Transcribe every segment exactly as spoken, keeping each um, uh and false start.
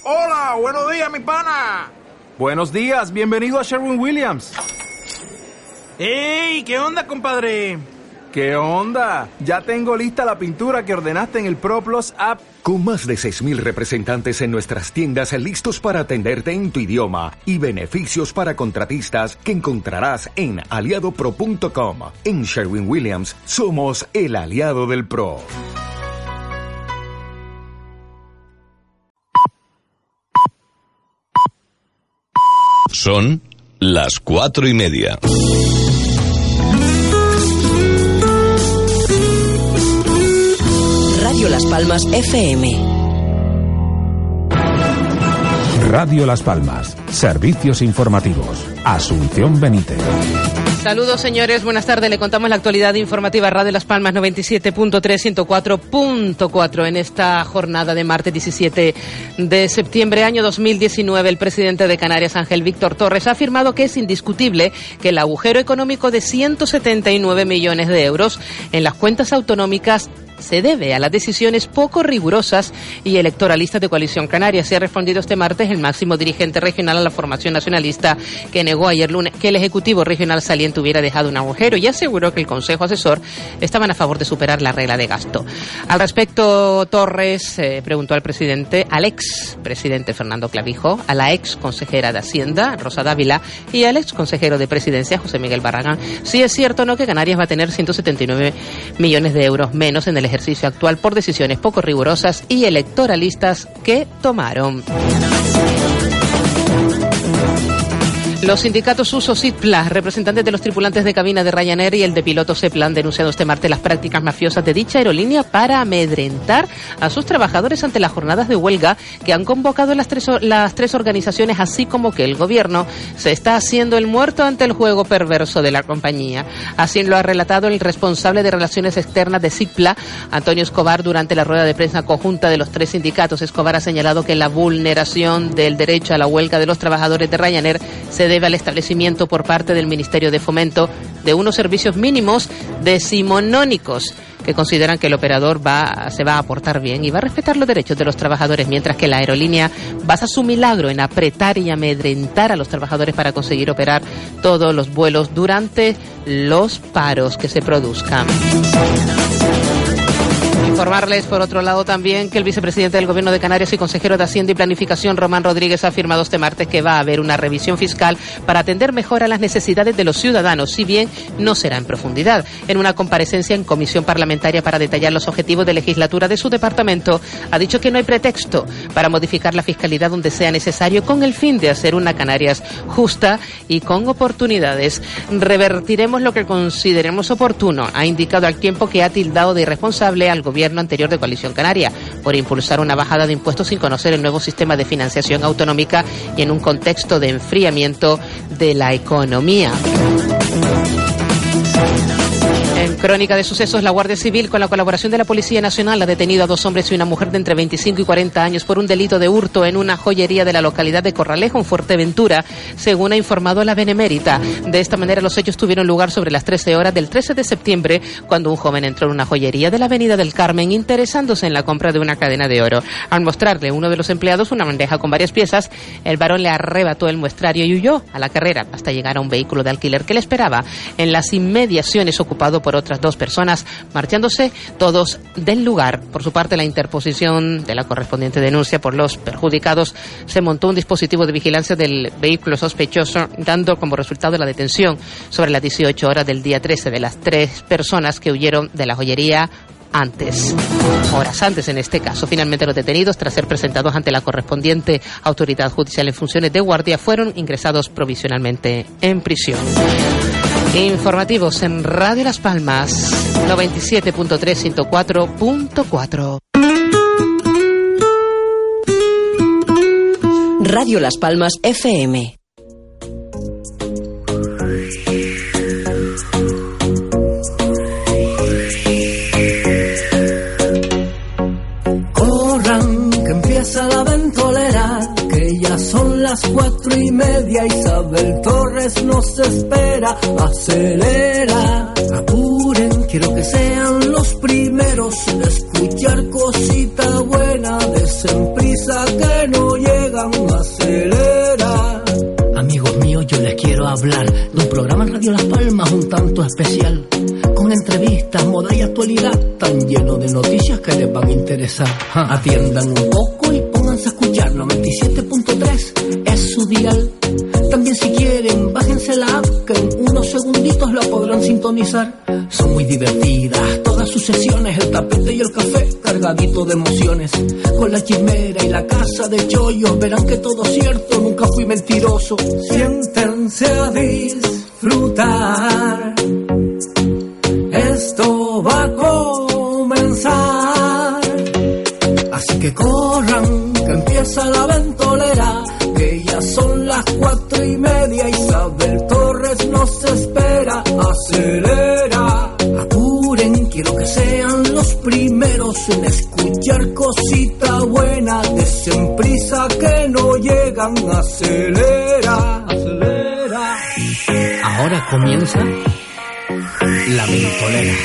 Hola, buenos días, mi pana. Buenos días, bienvenido a Sherwin-Williams. ¡Ey! ¿Qué onda, compadre? ¿Qué onda? Ya tengo lista la pintura que ordenaste en el ProPlus app. Con más de seis mil representantes en nuestras tiendas listos para atenderte en tu idioma y beneficios para contratistas que encontrarás en aliado pro punto com. En Sherwin-Williams somos el aliado del pro. Son las cuatro y media. Radio Las Palmas F M. Radio Las Palmas. Servicios informativos. Asunción Benítez. Saludos, señores, buenas tardes. Le contamos la actualidad informativa Radio Las Palmas noventa y siete punto tres, ciento cuatro punto cuatro. En esta jornada de martes diecisiete de septiembre, año dos mil diecinueve, el presidente de Canarias, Ángel Víctor Torres, ha afirmado que es indiscutible que el agujero económico de ciento setenta y nueve millones de euros en las cuentas autonómicas se debe a las decisiones poco rigurosas y electoralistas de Coalición Canaria. Se ha respondido este martes el máximo dirigente regional a la formación nacionalista, que negó ayer lunes que el Ejecutivo Regional saliente hubiera dejado un agujero y aseguró que el Consejo Asesor estaban a favor de superar la regla de gasto. Al respecto, Torres eh, preguntó al presidente, al ex presidente Fernando Clavijo, a la ex consejera de Hacienda, Rosa Dávila, y al ex consejero de Presidencia, José Miguel Barragán, si es cierto o no que Canarias va a tener ciento setenta y nueve millones de euros menos en el ejercicio actual por decisiones poco rigurosas y electoralistas que tomaron. Los sindicatos Uso Sitpla, representantes de los tripulantes de cabina de Ryanair y el de pilotos Seplan, han denunciado este martes las prácticas mafiosas de dicha aerolínea para amedrentar a sus trabajadores ante las jornadas de huelga que han convocado las tres, las tres organizaciones, así como que el gobierno se está haciendo el muerto ante el juego perverso de la compañía. Así lo ha relatado el responsable de Relaciones Externas de Sitpla, Antonio Escobar, durante la rueda de prensa conjunta de los tres sindicatos. Escobar ha señalado que la vulneración del derecho a la huelga de los trabajadores de Ryanair se debe al establecimiento por parte del Ministerio de Fomento de unos servicios mínimos decimonónicos que consideran que el operador va, se va a portar bien y va a respetar los derechos de los trabajadores, mientras que la aerolínea basa su milagro en apretar y amedrentar a los trabajadores para conseguir operar todos los vuelos durante los paros que se produzcan. Informarles, por otro lado, también que el vicepresidente del Gobierno de Canarias y consejero de Hacienda y Planificación, Román Rodríguez, ha afirmado este martes que va a haber una revisión fiscal para atender mejor a las necesidades de los ciudadanos, si bien no será en profundidad. En una comparecencia en comisión parlamentaria para detallar los objetivos de legislatura de su departamento, ha dicho que no hay pretexto para modificar la fiscalidad donde sea necesario, con el fin de hacer una Canarias justa y con oportunidades. Revertiremos lo que consideremos oportuno, ha indicado al tiempo que ha tildado de irresponsable al gobierno anterior de Coalición Canaria por impulsar una bajada de impuestos sin conocer el nuevo sistema de financiación autonómica y en un contexto de enfriamiento de la economía. En crónica de sucesos, la Guardia Civil, con la colaboración de la Policía Nacional, ha detenido a dos hombres y una mujer de entre veinticinco y cuarenta años por un delito de hurto en una joyería de la localidad de Corralejo, en Fuerteventura, según ha informado la Benemérita. De esta manera, los hechos tuvieron lugar sobre las trece horas del trece de septiembre, cuando un joven entró en una joyería de la Avenida del Carmen, interesándose en la compra de una cadena de oro. Al mostrarle a uno de los empleados una bandeja con varias piezas, el varón le arrebató el muestrario y huyó a la carrera hasta llegar a un vehículo de alquiler que le esperaba en las inmediaciones, ocupado por otras dos personas, marchándose todos del lugar. Por su parte, la interposición de la correspondiente denuncia por los perjudicados, se montó un dispositivo de vigilancia del vehículo sospechoso, dando como resultado la detención sobre las dieciocho horas del día trece de las tres personas que huyeron de la joyería antes, horas antes en este caso. Finalmente, los detenidos, tras ser presentados ante la correspondiente autoridad judicial en funciones de guardia, fueron ingresados provisionalmente en prisión. Informativos en Radio Las Palmas noventa y siete punto tres, ciento cuatro punto cuatro. Radio Las Palmas F M. Corran, que empieza la ventolera, que ya son las cuatro y media. Isabel Torres nos espera, acelera, apuren, quiero que sean los primeros en escuchar cosita buena de Sempri. prisa que no llegan, acelera. Amigos míos, yo les quiero hablar de un programa en Radio Las Palmas un tanto especial, con entrevistas, moda y actualidad, tan lleno de noticias que les van a interesar. Atiendan un poco y pónganse a escuchar. Noventa y siete punto tres es su dial. También si quieren, bájense la app, que en unos segunditos la podrán sintonizar. Son muy divertidas todas sus sesiones, el tapete y el café cargadito de emociones. Con la chimera y la casa de chollos, verán que todo cierto, nunca fui mentiroso. Siéntense a disfrutar, esto va a comenzar. Así que corran, que empieza la ventolera, que ya son las cuatro y media. Isabel Torres nos espera, acelera. Apuren, quiero que sean los primeros en escuchar cosita buena. Desen prisa que no llegan, acelera, acelera. Ahora comienza la ventolera.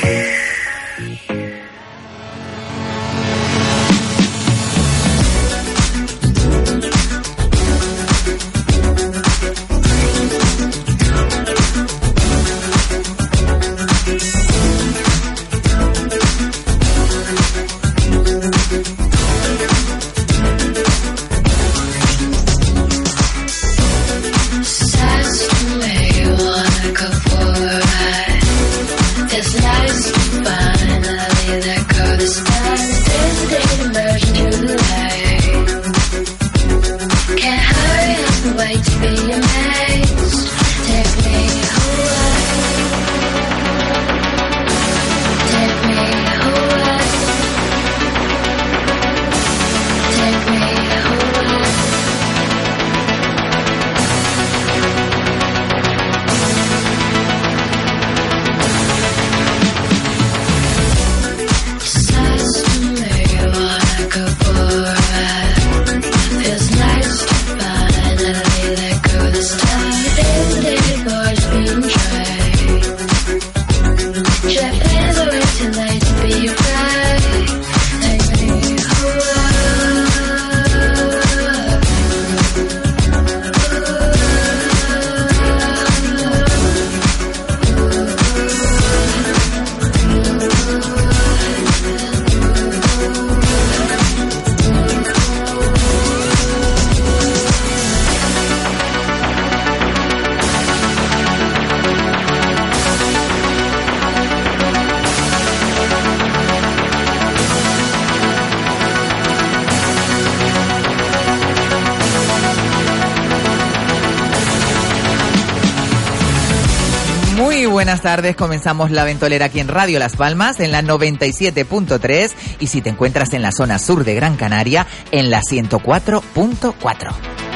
Buenas tardes, comenzamos la ventolera aquí en Radio Las Palmas en la noventa y siete punto tres y si te encuentras en la zona sur de Gran Canaria en la ciento cuatro punto cuatro.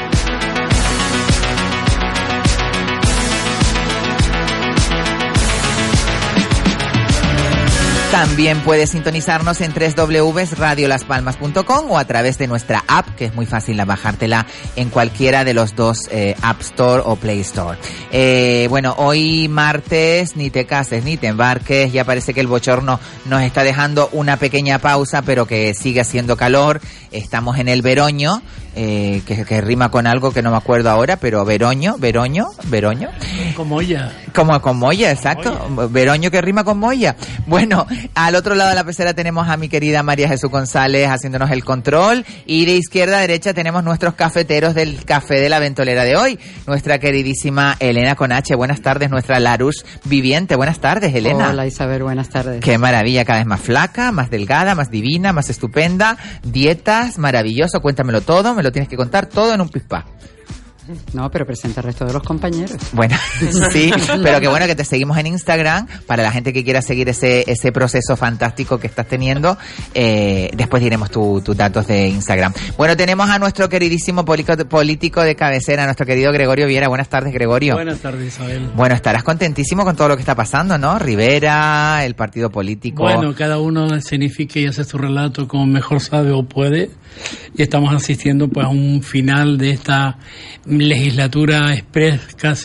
También puedes sintonizarnos en doble u doble u doble u punto radio las palmas punto com o a través de nuestra app, que es muy fácil bajártela en cualquiera de los dos eh, App Store o Play Store. Eh, bueno, hoy martes, ni te cases ni te embarques, ya parece que el bochorno nos está dejando una pequeña pausa, pero que sigue haciendo calor. Estamos en el veroño, eh, que, que rima con algo que no me acuerdo ahora, pero veroño, veroño, veroño. Con molla. Como con molla, exacto. Molla. Veroño que rima con molla. Bueno, al otro lado de la pecera tenemos a mi querida María Jesús González haciéndonos el control, y de izquierda a derecha tenemos nuestros cafeteros del café de la ventolera de hoy. Nuestra queridísima Elena con H, buenas tardes. Nuestra Larus viviente, buenas tardes, Elena. Hola Isabel, buenas tardes. Qué maravilla, cada vez más flaca, más delgada, más divina, más estupenda. Dietas, maravilloso, cuéntamelo todo, me lo tienes que contar todo en un pispá. No, pero presenta al resto de los compañeros. Bueno, sí, pero qué bueno que te seguimos en Instagram. Para la gente que quiera seguir ese ese proceso fantástico que estás teniendo, eh, después diremos tus tu datos de Instagram. Bueno, tenemos a nuestro queridísimo político de cabecera, nuestro querido Gregorio Viera. Buenas tardes, Gregorio. Buenas tardes, Isabel. Bueno, estarás contentísimo con todo lo que está pasando, ¿no? Rivera, el partido político. Bueno, cada uno escenifica y hace su relato como mejor sabe o puede. Y estamos asistiendo pues a un final de esta legislatura express casi.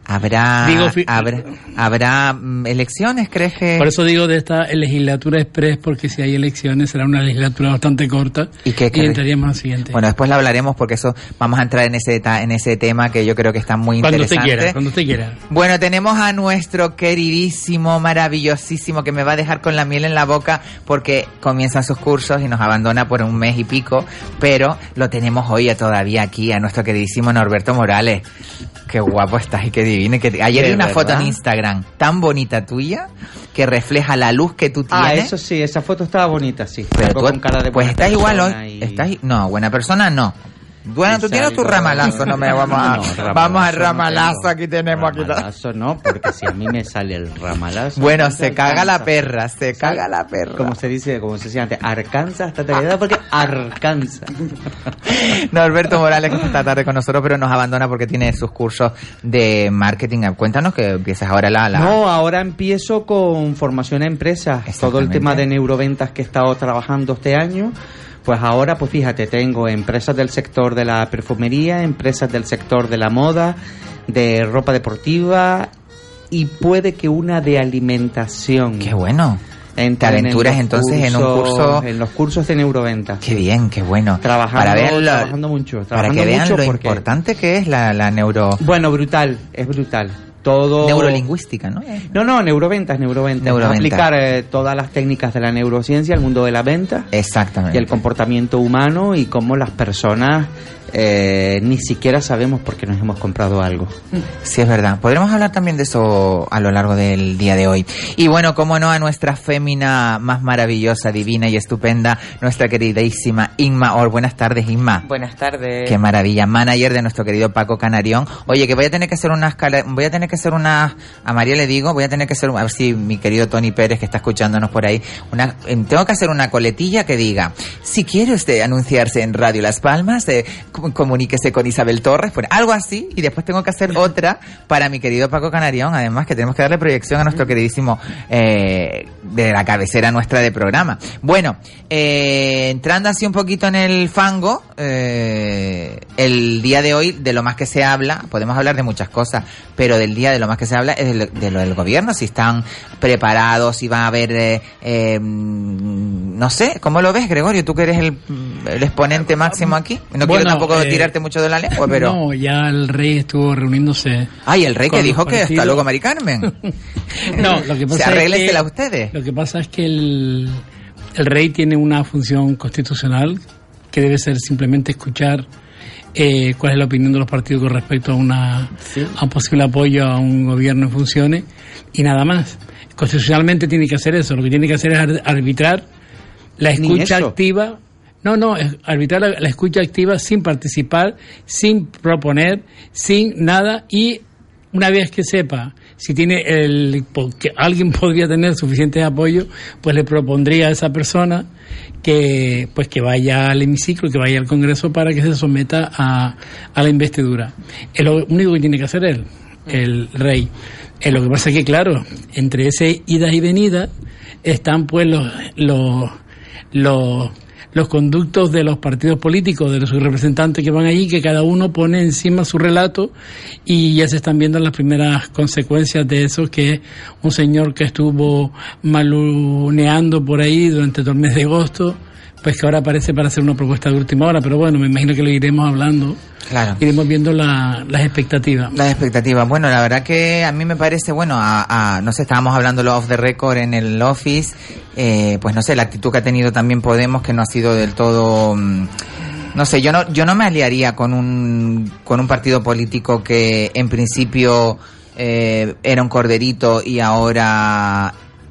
¿Habrá, Digo, habrá, habrá um, elecciones, crees que...? Por eso digo de esta legislatura express, porque si hay elecciones será una legislatura bastante corta y, qué, y entraríamos al siguiente. Bueno, después la hablaremos porque eso vamos a entrar en ese en ese tema que yo creo que está muy cuando interesante. Usted quiera, cuando usted quiera. Bueno, tenemos a nuestro queridísimo, maravillosísimo, que me va a dejar con la miel en la boca porque comienzan sus cursos y nos abandona por un mes y pico, pero lo tenemos hoy todavía aquí, a nuestro queridísimo Norberto Morales. Qué guapo estás y qué divino. Que ayer vi una ¿verdad? Foto en Instagram tan bonita tuya que refleja la luz que tú tienes. Ah, eso sí, esa foto estaba bonita, sí. Pero tú, con cara de pues estás igual hoy. y... Estás, no, buena persona no. Bueno, tú tienes tu ramalazo, no me vamos a... No, ramalazo, vamos al no ramalazo, tengo. aquí tenemos... Ramalazo aquí no, porque si a mí me sale el ramalazo... Bueno, se caga la perra, se caga la perra. Como se dice, como se decía antes, Arkansas, hasta te queda porque Arkansas. Norberto Morales, que está esta tarde con nosotros, pero nos abandona porque tiene sus cursos de marketing. Cuéntanos que empiezas ahora la... la... No, ahora empiezo con formación a empresas. Todo el tema de neuroventas que he estado trabajando este año. Pues ahora, pues fíjate, tengo empresas del sector de la perfumería, empresas del sector de la moda, de ropa deportiva y puede que una de alimentación. ¡Qué bueno! En, te aventuras en entonces cursos, en un curso... En los cursos de neuroventas. ¡Qué bien, qué bueno! Trabajando, para ver lo, trabajando mucho. Trabajando para que vean mucho lo porque... importante que es la, la neuro... Bueno, brutal, es brutal. Todo... Neurolingüística, ¿no? No, no, neuroventas, neuroventas. Neuroventa. Aplicar eh, todas las técnicas de la neurociencia al mundo de la venta. Exactamente. Y el comportamiento humano y cómo las personas eh, ni siquiera sabemos por qué nos hemos comprado algo. Sí, es verdad. Podremos hablar también de eso a lo largo del día de hoy. Y bueno, cómo no, a nuestra fémina más maravillosa, divina y estupenda, nuestra queridísima Inma Or. Buenas tardes, Inma. Buenas tardes. Qué maravilla. Manager de nuestro querido Paco Canarión. Oye, que voy a tener que hacer unas... Voy a tener que hacer unas... A María le digo, voy a tener que hacer... A ver si mi querido Tony Pérez, que está escuchándonos por ahí, una, tengo que hacer una coletilla que diga, si quiere usted anunciarse en Radio Las Palmas, eh, comuníquese con Isabel Torres, pues algo así, y después tengo que hacer otra para mi querido Paco Canarión, además que tenemos que darle proyección a nuestro queridísimo eh, de la cabecera nuestra de programa. Bueno, eh, entrando así un poquito en el fango, eh, el día de hoy, de lo más que se habla, podemos hablar de muchas cosas, pero del día de lo más que se habla es de lo, de lo del gobierno, si están preparados, si va a haber, eh, eh, no sé, ¿cómo lo ves, Gregorio? Tú que eres el, el exponente máximo aquí. No bueno, quiero tampoco eh, tirarte mucho de la lengua, pero... No, ya el rey estuvo reuniéndose... Ay, el rey que dijo que partidos. hasta luego, Mari Carmen. No, lo que pasa se arréglensela es que, ustedes. Lo que pasa es que el, el rey tiene una función constitucional que debe ser simplemente escuchar eh, cuál es la opinión de los partidos con respecto a, una, ¿sí? a un posible apoyo a un gobierno en funciones y nada más. Constitucionalmente tiene que hacer eso, lo que tiene que hacer es arbitrar la escucha activa. No, no, es arbitrar la, la escucha activa sin participar, sin proponer, sin nada, y una vez que sepa si tiene el que alguien podría tener suficiente apoyo, pues le propondría a esa persona que pues que vaya al hemiciclo, que vaya al Congreso para que se someta a, a la investidura. Es lo único que tiene que hacer él, el rey. Eh, lo que pasa es que, claro, entre ese idas y venidas están pues los los los los conductos de los partidos políticos, de sus representantes que van allí, que cada uno pone encima su relato, y ya se están viendo las primeras consecuencias de eso, que es un señor que estuvo maluneando por ahí durante todo el mes de agosto, pues que ahora aparece para hacer una propuesta de última hora, pero bueno, me imagino que lo iremos hablando. Claro. Iremos viendo la, las expectativas. Las expectativas. Bueno, la verdad que a mí me parece, bueno, a, a no sé, estábamos hablándolo off the record en el office, eh, pues no sé, la actitud que ha tenido también Podemos, que no ha sido del todo... No sé, yo no yo no me aliaría con un con un partido político que en principio eh, era un corderito y ahora...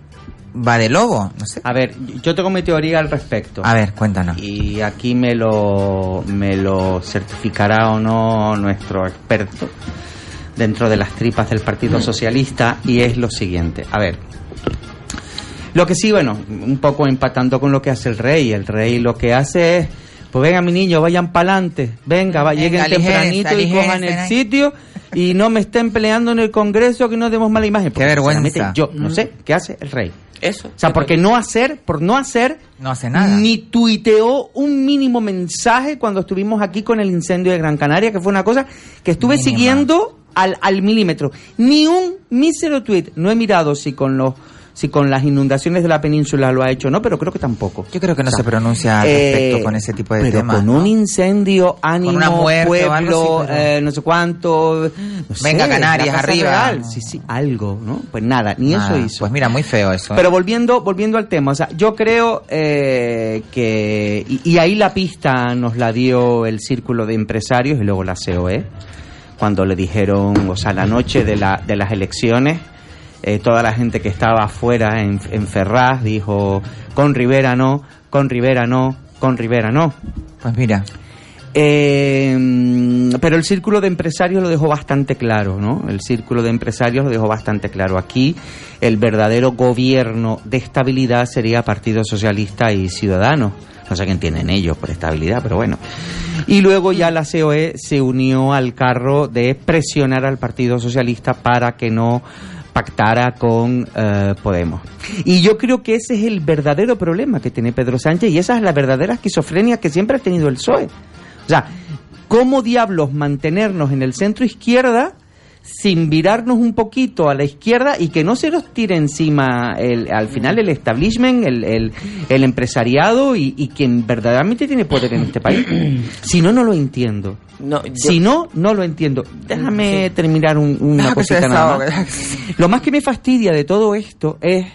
va de lobo, no sé. A ver, yo tengo mi teoría al respecto. A ver, cuéntanos. Y aquí me lo me lo certificará o no nuestro experto dentro de las tripas del Partido Socialista, y es lo siguiente. A ver, lo que sí, bueno, un poco empatando con lo que hace el rey. El rey lo que hace es, pues venga mi niño, vayan para adelante, venga, va, lleguen venga, tempranito aligérense, y cojan el aligérense. sitio y no me estén peleando en el Congreso, que no demos mala imagen. Qué vergüenza. Yo no sé qué hace el rey. Eso. O sea, porque no hacer, por no hacer, no hace nada. Ni tuiteó un mínimo mensaje cuando estuvimos aquí con el incendio de Gran Canaria, que fue una cosa que estuve Mínima. siguiendo al, al milímetro. Ni un mísero tuit. No he mirado si con los si con las inundaciones de la península lo ha hecho o no, pero creo que tampoco. Yo creo que no o sea, se pronuncia al respecto eh, con ese tipo de pero temas. con ¿no? un incendio, ánimo, Con una muerte pueblo, o algo así, pero... eh, no sé cuánto. No Venga, sé, Canarias, la Casa arriba. Real. Sí, sí, algo, ¿no? Pues nada, ni Ah, eso hizo. Pues mira, muy feo eso. ¿eh? Pero volviendo volviendo al tema, o sea, yo creo eh, que... Y, y ahí la pista nos la dio el Círculo de Empresarios y luego la C O E, cuando le dijeron, o sea, la noche de, la, de las elecciones, eh, toda la gente que estaba afuera en, en Ferraz dijo, con Rivera no, con Rivera no, con Rivera no. Pues mira... Eh, pero el Círculo de Empresarios lo dejó bastante claro, ¿no? El Círculo de Empresarios lo dejó bastante claro. Aquí el verdadero gobierno de estabilidad sería Partido Socialista y Ciudadanos. No sé qué entienden ellos por estabilidad, pero bueno. Y luego ya la C O E se unió al carro de presionar al Partido Socialista para que no pactara con eh, Podemos. Y yo creo que ese es el verdadero problema que tiene Pedro Sánchez y esa es la verdadera esquizofrenia que siempre ha tenido el P S O E. O sea, ¿cómo diablos mantenernos en el centro izquierda sin virarnos un poquito a la izquierda y que no se nos tire encima el, al final el establishment, el, el, el empresariado y, y quien verdaderamente tiene poder en este país? Si no, no lo entiendo. No, yo... Si no, no lo entiendo. Déjame sí. terminar un, una cosita nada más. Lo más que me fastidia de todo esto es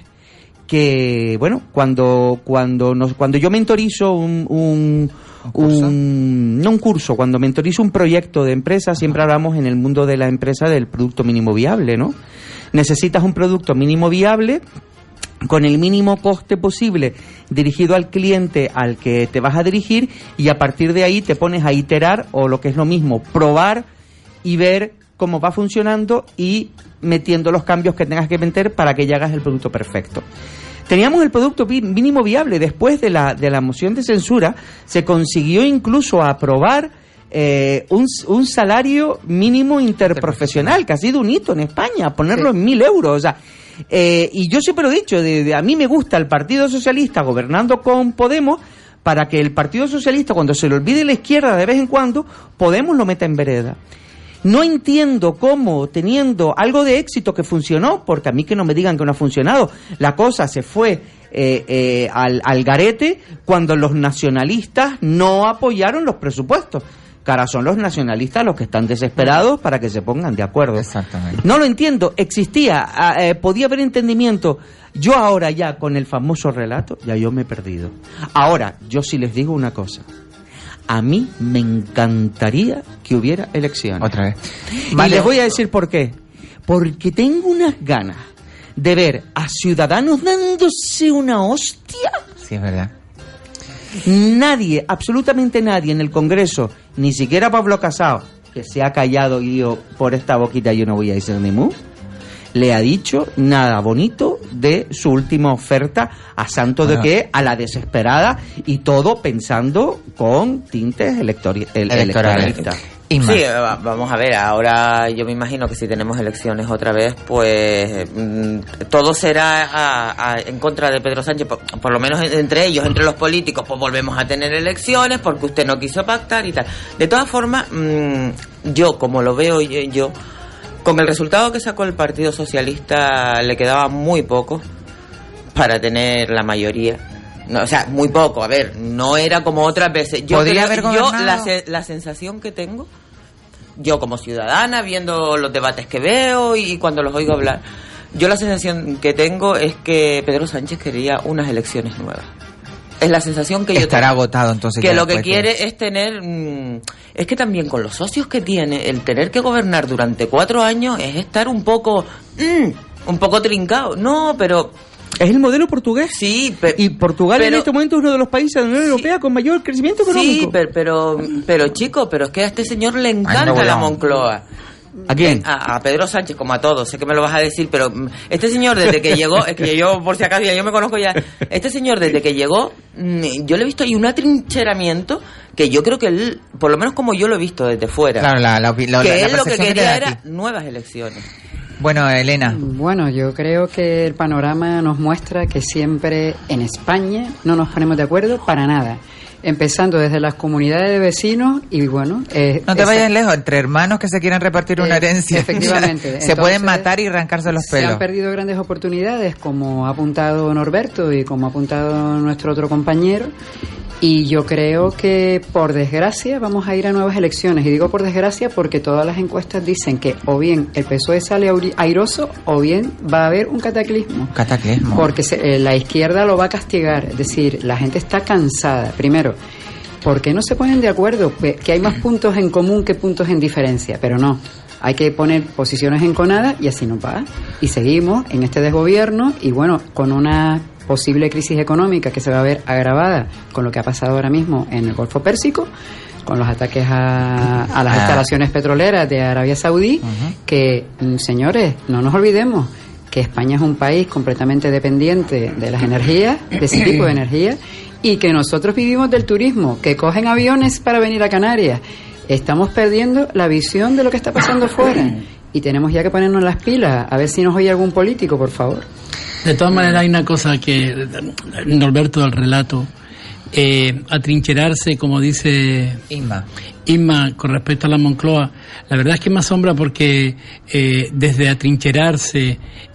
que, bueno, cuando cuando nos cuando yo mentorizo un... un ¿Un, un no un curso, cuando mentorizo un proyecto de empresa, siempre hablamos en el mundo de la empresa del producto mínimo viable, ¿no? Necesitas un producto mínimo viable con el mínimo coste posible dirigido al cliente al que te vas a dirigir y a partir de ahí te pones a iterar o lo que es lo mismo, probar y ver cómo va funcionando y metiendo los cambios que tengas que meter para que ya hagas el producto perfecto. Teníamos el producto mínimo viable. Después de la de la moción de censura se consiguió incluso aprobar eh, un, un salario mínimo interprofesional, que ha sido un hito en España, ponerlo sí. en mil euros. O sea, eh, y yo siempre lo he dicho, de, de, a mí me gusta el Partido Socialista gobernando con Podemos para que el Partido Socialista, cuando se le olvide la izquierda de vez en cuando, Podemos lo meta en vereda. No entiendo cómo, teniendo algo de éxito que funcionó, porque a mí que no me digan que no ha funcionado, la cosa se fue eh, eh, al, al garete cuando los nacionalistas no apoyaron los presupuestos. Cara, son los nacionalistas los que están desesperados para que se pongan de acuerdo. Exactamente. No lo entiendo, existía, eh, podía haber entendimiento. Yo ahora ya, con el famoso relato, ya yo me he perdido. Ahora, yo sí les digo una cosa. A mí me encantaría que hubiera elecciones. Otra vez. Vale. Y les voy a decir por qué. Porque tengo unas ganas de ver a Ciudadanos dándose una hostia. Sí, es verdad. Nadie, absolutamente nadie en el Congreso, ni siquiera Pablo Casado, que se ha callado y dijo, por esta boquita yo no voy a decir ni mu, le ha dicho nada bonito de su última oferta a santo bueno. de que a la desesperada y todo pensando con tintes electori- el- electoralistas. Sí, vamos a ver, ahora yo me imagino que si tenemos elecciones otra vez, pues mmm, todo será a, a, en contra de Pedro Sánchez, por, por lo menos entre ellos, entre los políticos, pues volvemos a tener elecciones porque usted no quiso pactar y tal. De todas formas, mmm, yo, como lo veo yo, yo con el resultado que sacó el Partido Socialista le quedaba muy poco para tener la mayoría. No, o sea, muy poco. A ver, no era como otras veces. Yo ¿Podría creo, haber yo gobernado? la, la sensación que tengo, yo como ciudadana, viendo los debates que veo y cuando los oigo hablar, yo la sensación que tengo es que Pedro Sánchez quería unas elecciones nuevas. Es la sensación que yo Estará tengo. agotado entonces. Que lo que después, quiere pues. es tener... Mmm, es que también con los socios que tiene, el tener que gobernar durante cuatro años es estar un poco... Mmm, un poco trincado. No, pero... Es el modelo portugués. Sí, pero, y Portugal pero, en este momento es uno de los países de la Unión sí, Europea con mayor crecimiento económico. Sí, pero, pero, pero chico, pero es que a este señor le encanta Ay, no, la no. Moncloa. ¿A quién? A, a Pedro Sánchez, como a todos. Sé que me lo vas a decir, pero este señor desde que llegó, es que yo por si acaso ya yo me conozco ya. Este señor desde que llegó, yo le he visto ahí un atrincheramiento que yo creo que él, por lo menos como yo lo he visto desde fuera, Claro, la, la, la, que la, él la lo que percepción quería te da a era ti. nuevas elecciones. Bueno, Elena. Bueno, yo creo que el panorama nos muestra que siempre en España no nos ponemos de acuerdo para nada. empezando desde las comunidades de vecinos y bueno... Eh, no te esa, vayas lejos, entre hermanos que se quieren repartir una eh, herencia. Efectivamente. se Entonces, pueden matar y arrancarse los pelos. Se han perdido grandes oportunidades, como ha apuntado Norberto y como ha apuntado nuestro otro compañero. Y yo creo que, por desgracia, vamos a ir a nuevas elecciones. Y digo por desgracia porque todas las encuestas dicen que o bien el P S O E sale airoso o bien va a haber un cataclismo. Cataclismo. Porque se, eh, la izquierda lo va a castigar. Es decir, la gente está cansada. Primero, ¿por qué no se ponen de acuerdo? Que hay más puntos en común que puntos en diferencia. Pero no. Hay que poner posiciones enconadas y así no va. Y seguimos en este desgobierno y, bueno, con una posible crisis económica que se va a ver agravada con lo que ha pasado ahora mismo en el Golfo Pérsico, con los ataques a, a las instalaciones petroleras de Arabia Saudí, uh-huh. que, señores, no nos olvidemos que España es un país completamente dependiente de las energías, de ese tipo de energía, y que nosotros vivimos del turismo, que cogen aviones para venir a Canarias. Estamos perdiendo la visión de lo que está pasando fuera y tenemos ya que ponernos las pilas, a ver si nos oye algún político, por favor. De todas maneras hay una cosa que Norberto del relato, eh, atrincherarse, como dice Inma. Inma con respecto a la Moncloa, la verdad es que me asombra porque eh, desde atrincherarse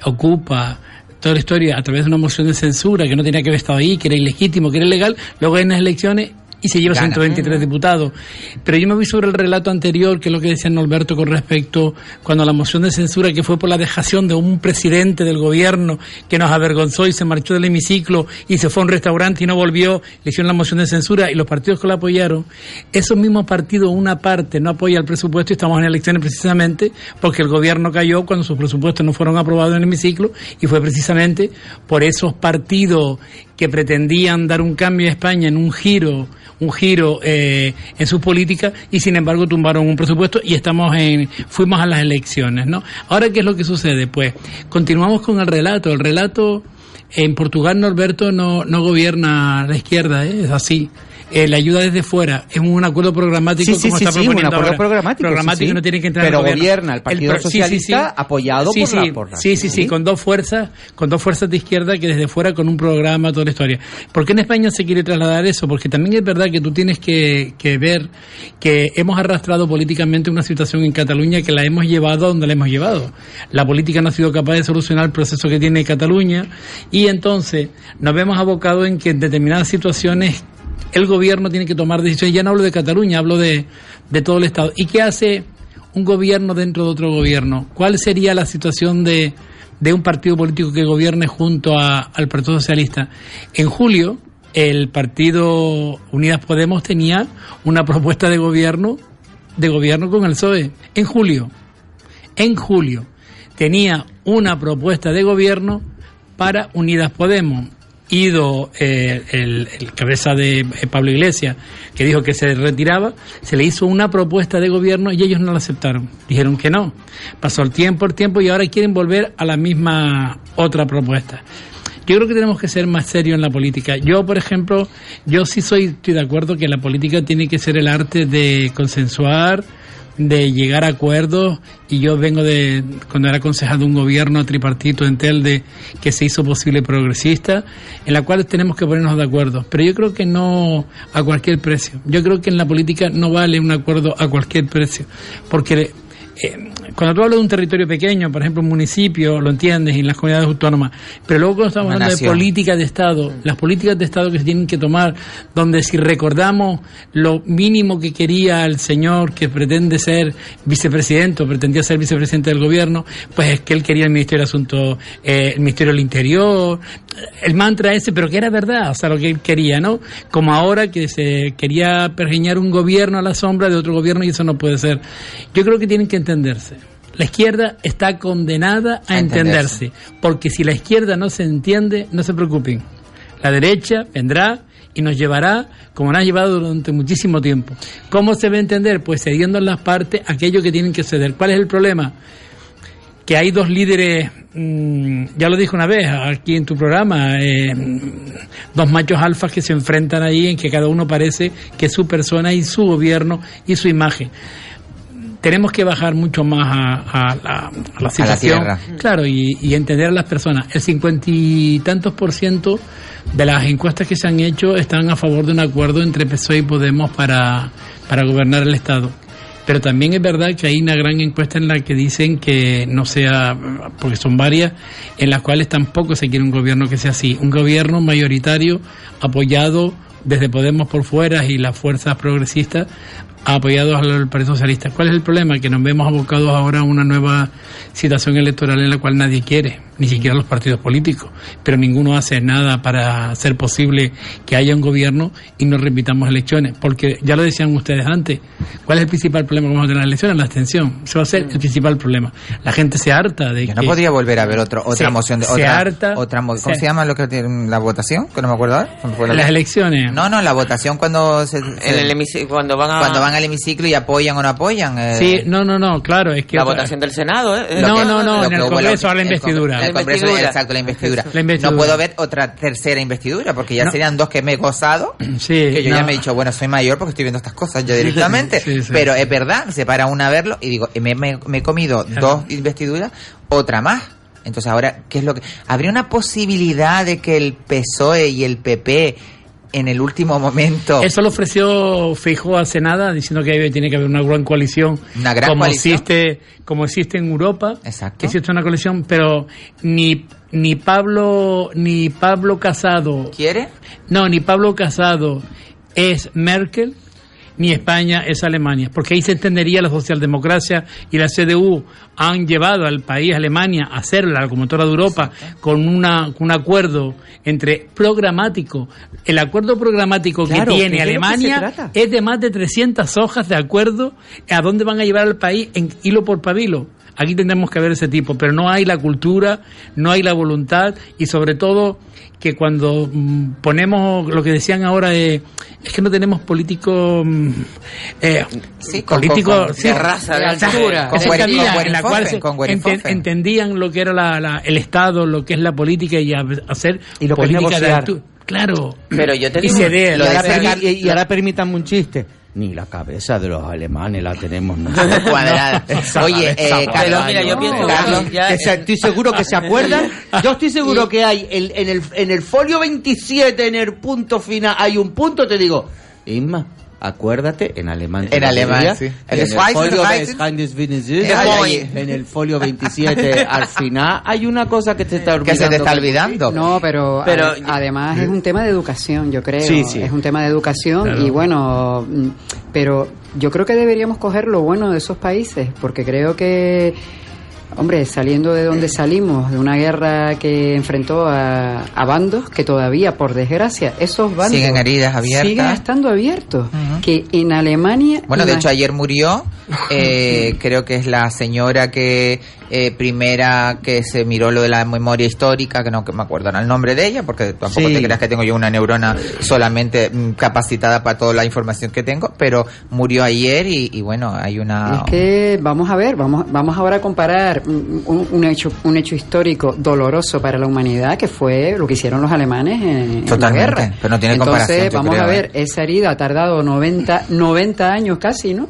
ocupa toda la historia a través de una moción de censura que no tenía que haber estado ahí, que era ilegítimo, que era ilegal, luego en las elecciones y se lleva Gana. ciento veintitrés diputados. Pero yo me voy sobre el relato anterior, que es lo que decía Norberto con respecto cuando la moción de censura, que fue por la dejación de un presidente del gobierno que nos avergonzó y se marchó del hemiciclo y se fue a un restaurante y no volvió, le hicieron la moción de censura y los partidos que lo apoyaron, esos mismos partidos, una parte no apoya el presupuesto y estamos en elecciones precisamente porque el gobierno cayó cuando sus presupuestos no fueron aprobados en el hemiciclo y fue precisamente por esos partidos que pretendían dar un cambio a España en un giro un giro eh, en sus políticas y sin embargo tumbaron un presupuesto y estamos en fuimos a las elecciones, ¿no? Ahora, ¿qué es lo que sucede? Pues continuamos con el relato. El relato en Portugal, Norberto, no, no gobierna la izquierda, ¿eh? Es así. Eh, la ayuda desde fuera es un acuerdo programático, sí, sí, como sí, está sí, proponiendo un acuerdo ahora. programático, programático sí, sí. No tiene que entrar pero el gobierna el Partido el, Socialista sí, sí, sí. apoyado sí, por, sí, la, por la sí, sí, sí, sí, con dos fuerzas, con dos fuerzas de izquierda que desde fuera con un programa, toda la historia. ¿Por qué en España se quiere trasladar eso? Porque también es verdad que tú tienes que, que ver que hemos arrastrado políticamente una situación en Cataluña que la hemos llevado a donde la hemos llevado. La política no ha sido capaz de solucionar el proceso que tiene Cataluña y entonces nos vemos abocados en que en determinadas situaciones el gobierno tiene que tomar decisiones. Ya no hablo de Cataluña, hablo de, de todo el Estado. ¿Y qué hace un gobierno dentro de otro gobierno? ¿Cuál sería la situación de, de un partido político que gobierne junto a, al Partido Socialista? En julio, el Partido Unidas Podemos tenía una propuesta de gobierno, de gobierno con el P S O E. En julio, en julio, tenía una propuesta de gobierno para Unidas Podemos. Ido eh, el, el cabeza de eh, Pablo Iglesias, que dijo que se retiraba, se le hizo una propuesta de gobierno y ellos no la aceptaron, dijeron que no. Pasó el tiempo, el tiempo y ahora quieren volver a la misma otra propuesta. Yo creo que tenemos que ser más serios en la política. Yo, por ejemplo, yo sí soy estoy de acuerdo que la política tiene que ser el arte de consensuar, de llegar a acuerdos, y yo vengo de cuando era concejal de un gobierno tripartito en Telde que se hizo posible progresista, en la cual tenemos que ponernos de acuerdo, pero yo creo que no a cualquier precio. Yo creo que en la política no vale un acuerdo a cualquier precio, porque eh, cuando tú hablas de un territorio pequeño, por ejemplo un municipio, lo entiendes, y en las comunidades autónomas, pero luego cuando estamos Una hablando nación. de políticas de Estado, las políticas de Estado que se tienen que tomar, donde si recordamos lo mínimo que quería el señor que pretende ser vicepresidente o pretendía ser vicepresidente del gobierno, pues es que él quería el Ministerio de Asuntos, eh, el Ministerio del Interior, el mantra ese, pero que era verdad, o sea, lo que él quería, ¿no? Como ahora que se quería pergeñar un gobierno a la sombra de otro gobierno, y eso no puede ser. Yo creo que tienen que entenderse. La izquierda está condenada a, a entenderse. entenderse, porque si la izquierda no se entiende, no se preocupen. La derecha vendrá y nos llevará como nos ha llevado durante muchísimo tiempo. ¿Cómo se va a entender? Pues cediendo en las partes aquello que tienen que ceder. ¿Cuál es el problema? Que hay dos líderes, mmm, ya lo dije una vez aquí en tu programa, eh, dos machos alfas que se enfrentan ahí, en que cada uno parece que es su persona y su gobierno y su imagen. tenemos que bajar mucho más a, a, la, a la situación. A la tierra. Claro, y, y entender a las personas. El cincuenta y tantos por ciento de las encuestas que se han hecho están a favor de un acuerdo entre P S O E y Podemos para, para gobernar el Estado. Pero también es verdad que hay una gran encuesta en la que dicen que no sea, porque son varias, en las cuales tampoco se quiere un gobierno que sea así. Un gobierno mayoritario apoyado desde Podemos por fuera y las fuerzas progresistas apoyados al Partido Socialista. ¿Cuál es el problema? Que nos vemos abocados ahora a una nueva situación electoral en la cual nadie quiere, ni siquiera los partidos políticos, pero ninguno hace nada para hacer posible que haya un gobierno y no repitamos elecciones, porque ya lo decían ustedes antes, ¿cuál es el principal problema que vamos a tener en las elecciones? La abstención. Eso va a ser el principal problema. La gente se harta de Yo que... no podría volver a ver otro, otra se, moción de se otra, harta, otra mo- ¿cómo se, se llama lo que tiene la votación? Que no me acuerdo ahora. ¿Cómo fue la las ley? elecciones. No, no, la votación cuando se, En se- el hemiciclo, cuando van a... cuando van al hemiciclo y apoyan o no apoyan. eh, Sí, no, no, no, claro, es que... la otra- votación del Senado, ¿eh? No, Lo que- no, no, lo en que el hubo Congreso, la- a la el investidura. Con- El La Congreso, investidura. exacto, la investidura. La investidura. No puedo ver otra tercera investidura, porque ya No. serían dos que me he gozado, Sí, que yo no. ya me he dicho, bueno, soy mayor porque estoy viendo estas cosas yo directamente, Sí, sí. pero es verdad, se para una a verlo y digo, me, me- me he comido Claro. dos investiduras, otra más. Entonces ahora, ¿qué es lo que...? ¿Habría una posibilidad de que el P S O E y el P P en el último momento... Eso lo ofreció Feijóo hace nada, diciendo que tiene que haber una gran coalición, Una gran como coalición. existe como existe en Europa, Exacto. que existe una coalición, pero ni ni Pablo ni Pablo Casado ¿Quiere? no ni Pablo Casado es Merkel, ni España es Alemania, porque ahí se entendería la socialdemocracia y la C D U han llevado al país Alemania a ser la locomotora de Europa con una con un acuerdo entre programático. El acuerdo programático Claro, que tiene que es de lo que se Alemania trata. es de más de trescientas hojas de acuerdo a dónde van a llevar al país en hilo por pabilo. Aquí tendremos que ver ese tipo, pero no hay la cultura, no hay la voluntad y sobre todo que cuando mm, ponemos lo que decían ahora eh, es que no tenemos políticos mm, eh, Sí, con- políticos con- con- sí, de raza, de de altura, altura. Con que se Gueri- entendían, con en la cual se con Guerifofen. ente- entendían lo que era la, la- el Estado, lo que es la política y a- hacer Y lo que es política de negociar. altura. Claro. Pero yo te Y digo... ceder. Y Lo de ahora, sacar- permi- y ahora permítanme un chiste. Ni la cabeza de los alemanes la tenemos nosotros. Cuadrada. Esa Oye, cabeza eh, cuadrada. Carlos, mira, yo pienso- Carlos, ya- Que se- estoy seguro que se acuerdan. Yo estoy seguro que hay el- en, el, en el folio veintisiete, en el punto final, hay un punto, te digo, Inma, acuérdate, en alemán. te En lo alemán, diría, sí. En El el, Schweizer, folio, Schweizer. de- Ay, ahí, en el folio veintisiete, al final, hay una cosa que te está que olvidando. se te está olvidando. No, pero, Pero- ade- además es un tema de educación, yo creo. Sí, sí. Es un tema de educación Claro. y bueno, mm, pero yo creo que deberíamos coger lo bueno de esos países, porque creo que, hombre, saliendo de donde salimos, de una guerra que enfrentó a, a bandos que todavía, por desgracia, esos bandos Siguen heridas abiertas. siguen estando abiertos. Ujú. Que en Alemania... Bueno, de imag- hecho ayer murió, eh, creo que es la señora que eh, primera que se miró lo de la memoria histórica, que no que me acuerdo ahora el nombre de ella, porque tampoco Sí. te creas que tengo yo una neurona solamente mm, capacitada para toda la información que tengo, pero murió ayer y, y bueno, hay una... Es que vamos a ver, vamos, vamos ahora a comparar un, un- un hecho, un hecho histórico doloroso para la humanidad que fue lo que hicieron los alemanes en, en la Totalmente, guerra. pero no tiene Entonces, comparación, yo vamos creo, a ver, ¿eh? esa herida ha tardado noventa, noventa años casi, ¿no?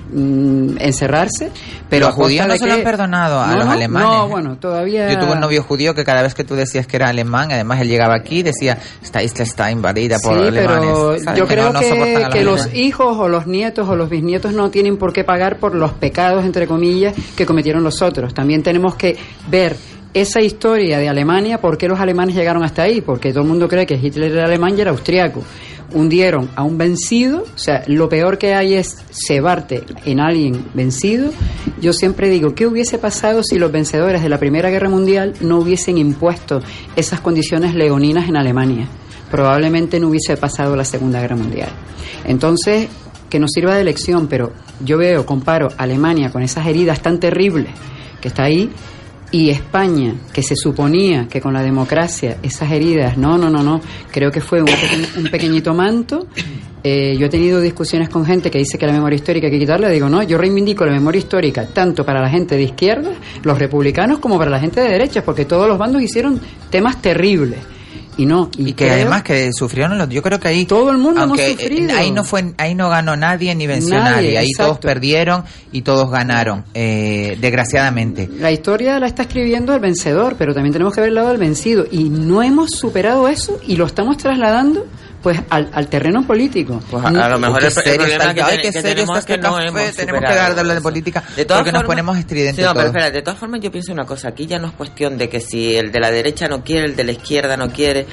Mm, encerrarse, pero Los a costa judíos no de se lo han que- perdonado a No, los no, alemanes. No, bueno, todavía. Yo tuve un novio judío que cada vez que tú decías que era alemán, además él llegaba aquí y decía, esta isla está invadida por Sí, alemanes. pero ¿Sabes? yo creo no- no que, soportan a que los alemanes. hijos o los nietos o los bisnietos no tienen por qué pagar por los pecados, entre comillas, que cometieron los otros. También tenemos que ver esa historia de Alemania, por qué los alemanes llegaron hasta ahí, porque todo el mundo cree que Hitler era alemán y era austriaco. Hundieron a un vencido, o sea, lo peor que hay es cebarte en alguien vencido. Yo siempre digo, ¿qué hubiese pasado si los vencedores de la Primera Guerra Mundial no hubiesen impuesto esas condiciones leoninas en Alemania? Probablemente no hubiese pasado la Segunda Guerra Mundial. Entonces, que nos sirva de lección, pero yo veo, comparo Alemania con esas heridas tan terribles que está ahí, y España, que se suponía que con la democracia esas heridas, no, no, no, no, creo que fue un, peque- un pequeñito manto. Eh, yo he tenido discusiones con gente que dice que la memoria histórica hay que quitarla. Digo, no, yo reivindico la memoria histórica tanto para la gente de izquierda, los republicanos, como para la gente de derecha, porque todos los bandos hicieron temas terribles. y no. Y, y que creo, además que sufrieron los, yo creo que ahí todo el mundo aunque hemos sufrido. Ahí no fue, ahí no ganó nadie ni venció nadie, nadie ahí exacto. Todos perdieron y todos ganaron, eh, desgraciadamente. La historia la está escribiendo el vencedor, pero también tenemos que ver el lado del vencido, y no hemos superado eso y lo estamos trasladando pues al, al terreno político. Pues a, a lo mejor el, el problema que, ay, que, que tenemos es que no hemos tenemos que dejar de hablar de política de porque formas, nos ponemos estridentes. Sí, no, todos. pero espera, de todas formas yo pienso una cosa, aquí ya no es cuestión de que si el de la derecha no quiere, el de la izquierda no quiere.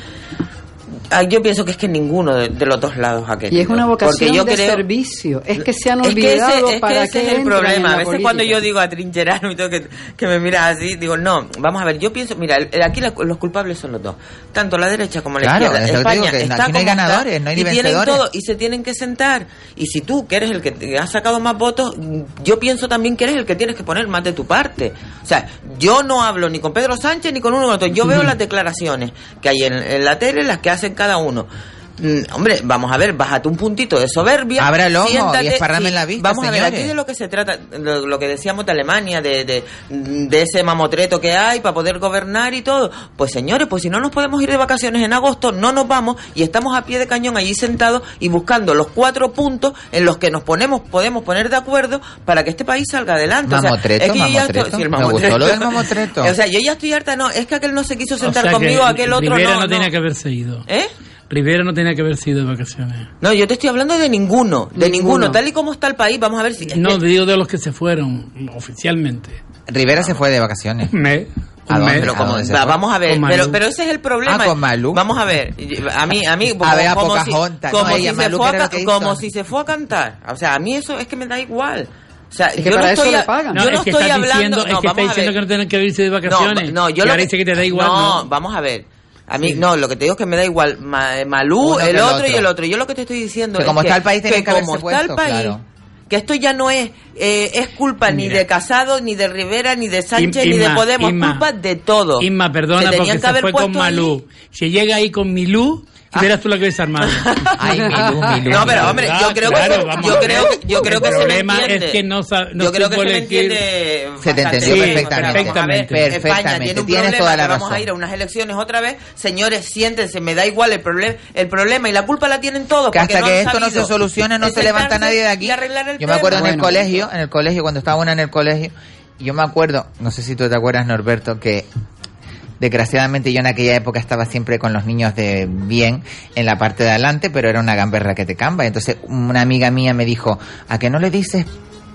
Yo pienso que es que ninguno de, de los dos lados ha querido. Y es una vocación yo de creo, servicio. Es que se han olvidado es que ese, para es que ese qué es el problema. A veces política. Cuando yo digo atrincherarme y todo que, que me miras así, digo, no, vamos a ver, yo pienso, mira, aquí la, los culpables son los dos. Tanto la derecha como la claro, izquierda. España que está aquí no hay ganadores, no hay ni vencedores. Tienen todo, y se tienen que sentar. Y si tú, que eres el que ha sacado más votos, yo pienso también que eres el que tienes que poner más de tu parte. O sea, yo no hablo ni con Pedro Sánchez ni con uno ni con otro. Yo veo las declaraciones que hay en, en la tele, las que hacen cada uno. Mm, hombre, vamos a ver, bájate un puntito de soberbia. Abra el ojo siéntate, y esparrame sí, en la vista, vamos señores. a ver, aquí de lo que se trata, lo, lo que decíamos de Alemania, de, de, de ese mamotreto que hay para poder gobernar y todo. Pues señores, pues si no nos podemos ir de vacaciones en agosto, no nos vamos y estamos a pie de cañón allí sentados y buscando los cuatro puntos en los que nos ponemos podemos poner de acuerdo para que este país salga adelante. Mamotreto, o sea, es que mamotreto. Estoy, sí, el mamotreto. Me gustó lo del mamotreto. O sea, yo ya estoy harta, no, es que aquel no se quiso sentar o sea conmigo, aquel otro Rivera no. no tenía no. que haberse ido. ¿Eh? Rivera no tenía que haber sido de vacaciones. No, yo te estoy hablando de ninguno, de ninguno. ninguno. Tal y como está el país, vamos a ver si... No, digo de los que se fueron, oficialmente. Rivera se fue de vacaciones. Me... ¿A dónde? Pero como, ¿A va, vamos a ver, pero, pero ese es el problema. Ah, con Malú. Vamos a ver, a mí, a mí, como, a ver, a como, si, como, no, si se Malú, fue a, como hizo. si se fue a cantar. O sea, a mí eso es que me da igual. O sea, es yo para no eso estoy, le pagan. No, yo no es que estoy hablando... Diciendo, no, es que está diciendo que no tienen que irse de vacaciones. No, no yo y lo ahora que, dice que te da igual. No, no, vamos a ver. A mí, sí. no, lo que te digo es que me da igual Ma, Malú, el, el otro, otro y el otro. Yo lo que te estoy diciendo que es como que, está el país, que que como está puesto, el país, claro. que esto ya no es eh, es culpa Mira. ni de Casado, ni de Rivera, ni de Sánchez, Inma, ni de Podemos, Inma, es culpa de todo. Inma, perdona, se porque se fue con Malú. Ahí. Si llega ahí con Milú, ah. verás tú la que ves armada. Ay, Milú, Milú. No, pero hombre, yo creo claro, que yo creo que yo creo que el se problema me entiende. es que no, no yo creo que se me decir... entiende. Se te entendió sí, perfectamente. perfectamente. perfectamente. España tiene un Tienes problema, toda la vamos razón. a ir a unas elecciones otra vez. Señores, siéntense, me da igual el problema, el problema y la culpa la tienen todos. Que hasta no que esto no se solucione no se levanta nadie de aquí. Yo me acuerdo en el colegio, en el colegio cuando estaba una en el colegio, yo me acuerdo, no sé si tú te acuerdas, Norberto, que desgraciadamente yo en aquella época estaba siempre con los niños de bien en la parte de adelante, pero era una gamberra que te camba. Entonces una amiga mía me dijo, ¿a que no le dices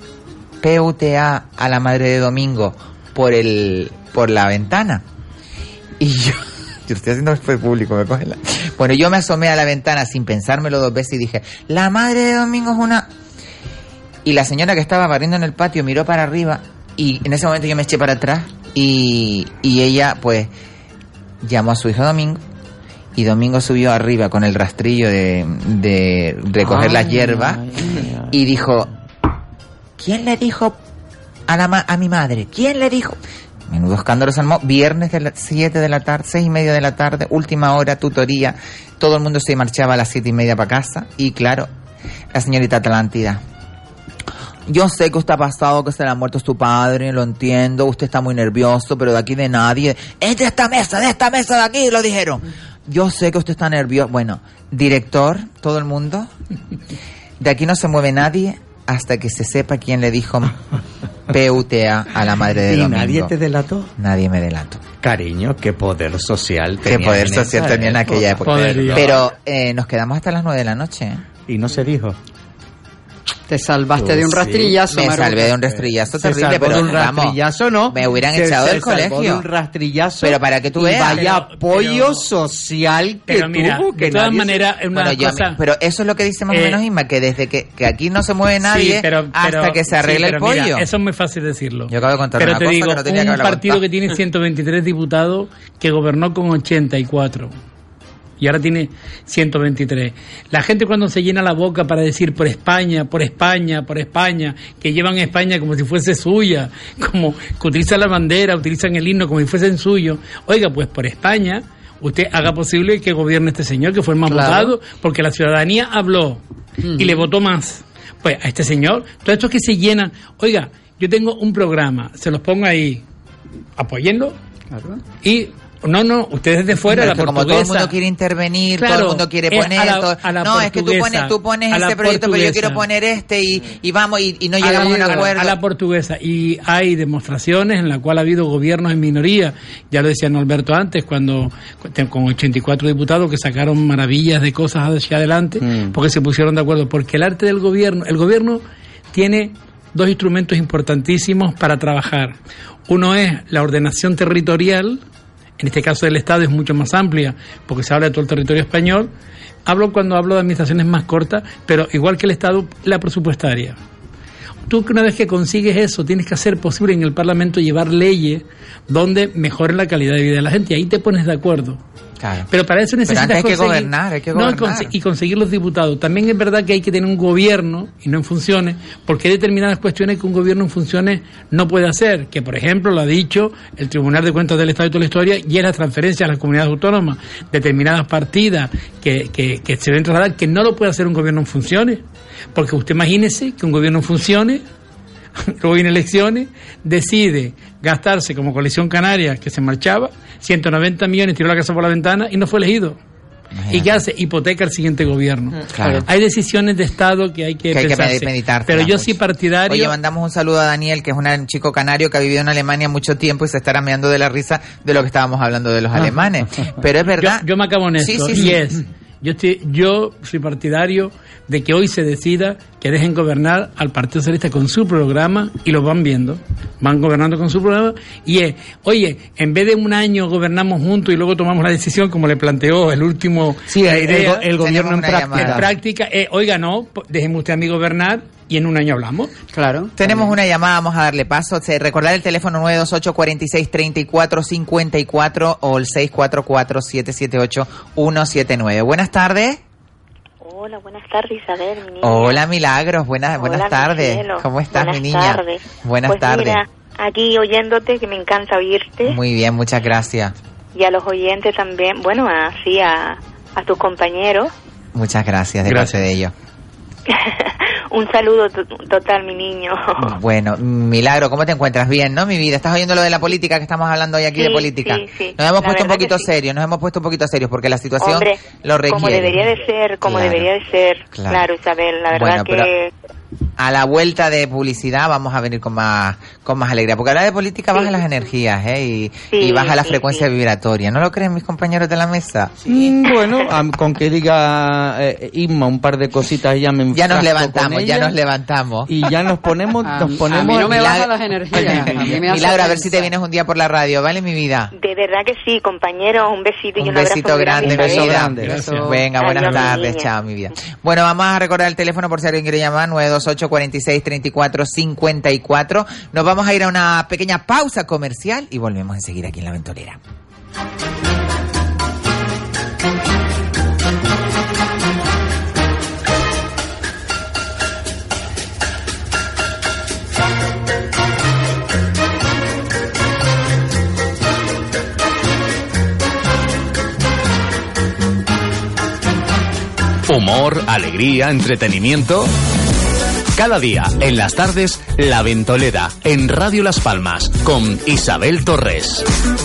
P U T A a la madre de Domingo por el por la ventana? Y yo, yo estoy haciendo esto público, me coge la... Bueno, yo me asomé a la ventana sin pensármelo dos veces y dije, la madre de Domingo es una... Y la señora que estaba barriendo en el patio miró para arriba y en ese momento yo me eché para atrás y, y ella pues llamó a su hijo Domingo y Domingo subió arriba con el rastrillo de, de recoger ay, las hierbas ay, ay, ay. y dijo, ¿quién le dijo a, la ma- a mi madre? ¿Quién le dijo? Menudo escándalo se armó. Viernes de las siete de la tarde, seis y media de la tarde, última hora, tutoría. Todo el mundo se marchaba a las siete y media para casa y claro, la señorita Atlántida. Yo sé que usted ha pasado, que se le ha muerto su padre, lo entiendo, usted está muy nervioso, pero de aquí de nadie. Es de esta mesa, de esta mesa de aquí, lo dijeron. Yo sé que usted está nervioso. Bueno, director, todo el mundo, de aquí no se mueve nadie hasta que se sepa quién le dijo P U T A a la madre de Domingo. ¿Y nadie te delató? Nadie me delató. Cariño, qué poder social tenía. Qué poder social tenía en aquella época. Poderío. Pero eh, nos quedamos hasta las nueve de la noche. Y no se dijo. Te salvaste Tú de un sí. rastrillazo, Me Maruca. salvé de un rastrillazo Se terrible, salvó pero de un vamos, rastrillazo, no. me hubieran Se- echado se del salvó colegio. de un rastrillazo. Pero para que tú y veas. vaya Pero- apoyo pero- social que Pero mira, tuvo, que de todas nadie se- maneras, es una Bueno, yo cosa... me- pero eso es lo que dice más o Eh, menos Inma, que desde que, que aquí no se mueve nadie Sí, pero- hasta pero- que se arregle sí, el pero mira, pollo. eso es muy fácil decirlo. Yo acabo de contar Pero una te cosa digo, que no tenía que un haberla partido contado. que tiene ciento veintitrés diputados que gobernó con ochenta y cuatro y ahora tiene ciento veintitrés. La gente cuando se llena la boca para decir por España, por España, por España, que llevan España como si fuese suya, como que utilizan la bandera, utilizan el himno como si fuesen suyo. Oiga, pues por España usted haga posible que gobierne este señor, que fue el más Claro. votado, porque la ciudadanía habló y le votó más. Pues a este señor, todos estos que se llenan, oiga, yo tengo un programa, se los pongo ahí, apóyenlo Claro. y No, no, ustedes de fuera, pero la portuguesa. Como todo el mundo quiere intervenir, claro, todo el mundo quiere poner... a la, todo, a la no, es que tú pones, tú pones este proyecto, pero yo quiero poner este y, y vamos, y, y no llegamos a, la, a un acuerdo. A la portuguesa. Y hay demostraciones en las cuales ha habido gobiernos en minoría. Ya lo decía Norberto antes, cuando con ochenta y cuatro diputados que sacaron maravillas de cosas hacia adelante, mm. porque se pusieron de acuerdo. Porque el arte del gobierno... El gobierno tiene dos instrumentos importantísimos para trabajar. Uno es la ordenación territorial. En este caso del Estado es mucho más amplia, porque se habla de todo el territorio español. Hablo cuando hablo de administraciones más cortas, pero igual que el Estado, la presupuestaria. Tú, una vez que consigues eso, tienes que hacer posible en el Parlamento llevar leyes donde mejoren la calidad de vida de la gente, y ahí te pones de acuerdo. Claro. Pero para eso necesitas Pero antes conseguir, hay que gobernar, hay que gobernar. No, y conseguir los diputados. También es verdad que hay que tener un gobierno y no en funciones, porque hay determinadas cuestiones que un gobierno en funciones no puede hacer, que por ejemplo lo ha dicho el Tribunal de Cuentas del Estado y toda la historia, y es la transferencia a las comunidades autónomas, determinadas partidas que, que, que se deben trasladar, que no lo puede hacer un gobierno en funciones, porque usted imagínese que un gobierno en funciones, luego viene elecciones, decide gastarse como Coalición Canaria, que se marchaba, ciento noventa millones, tiró la casa por la ventana y no fue elegido. Imagínate. ¿Y qué hace? Hipoteca al siguiente gobierno. Claro. Hay decisiones de Estado que hay que, que, hay pensarse, que meditar. Pero yo mucho. Sí partidario... Oye, mandamos un saludo a Daniel, que es un chico canario que ha vivido en Alemania mucho tiempo y se estará meando de la risa de lo que estábamos hablando de los alemanes. Pero es verdad... Yo, yo me acabo en esto, sí, sí, y sí. es... Yo, estoy, yo soy partidario de que hoy se decida que dejen gobernar al Partido Socialista con su programa, y lo van viendo, van gobernando con su programa, y es, oye, en vez de un año gobernamos juntos y luego tomamos la decisión como le planteó el último sí, la el, idea, el, el gobierno en práctica. En práctica, eh, oiga, no, déjeme usted a mí gobernar y en un año hablamos. Claro. Tenemos también una llamada, vamos a darle paso. Recordar el teléfono nueve dos ocho, cuatro seis, tres cuatro cinco cuatro o el seis cuatro cuatro, siete siete ocho, uno siete nueve. Buenas tardes. Hola, buenas tardes, Isabel, mi niña. Hola, Milagros, buenas, Hola, buenas tardes. ¿Cómo estás, buenas mi niña? Tardes. Buenas pues tardes. Mira, aquí oyéndote, que me encanta oírte. Muy bien, muchas gracias. Y a los oyentes también, bueno, así a, a tus compañeros. Muchas gracias, de gracias. parte de ellos. Un saludo t- total, mi niño. Bueno, Milagro, ¿cómo te encuentras? Bien, ¿no, mi vida? ¿Estás oyendo lo de la política que estamos hablando hoy aquí sí, de política? Sí, sí. Nos hemos la puesto un poquito sí. serios, nos hemos puesto un poquito serios porque la situación Hombre, lo requiere. como debería de ser, como claro, debería de ser. Claro, claro Isabel, la verdad bueno, que... Pero a la vuelta de publicidad vamos a venir con más con más alegría, porque hablar de política sí. baja las energías, ¿eh? Y, sí, y baja la sí, frecuencia sí. vibratoria. ¿No lo creen mis compañeros de la mesa? Sí. Bueno, con que diga eh, Inma un par de cositas ya me Ya nos levantamos, ya nos levantamos. Y ya nos ponemos... A, nos ponemos a mí no me Milagro, bajan las energías. A mí me Milagro, a ver pensar. si te vienes un día por la radio, ¿vale, mi vida? De verdad que sí, compañero, un besito y un un besito abrazo grande, grande, mi vida. grande. Gracias. Venga, buenas Adiós, tardes, niña. chao, mi vida. Bueno, vamos a recordar el teléfono por si alguien quiere llamar, nueve dos ocho, cuatro seis, tres cuatro cinco cuatro. Nos vamos a ir a una pequeña pausa comercial y volvemos enseguida aquí en La Ventolera. Humor, alegría, entretenimiento. Cada día, en las tardes, La Ventolera, en Radio Las Palmas, con Isabel Torres.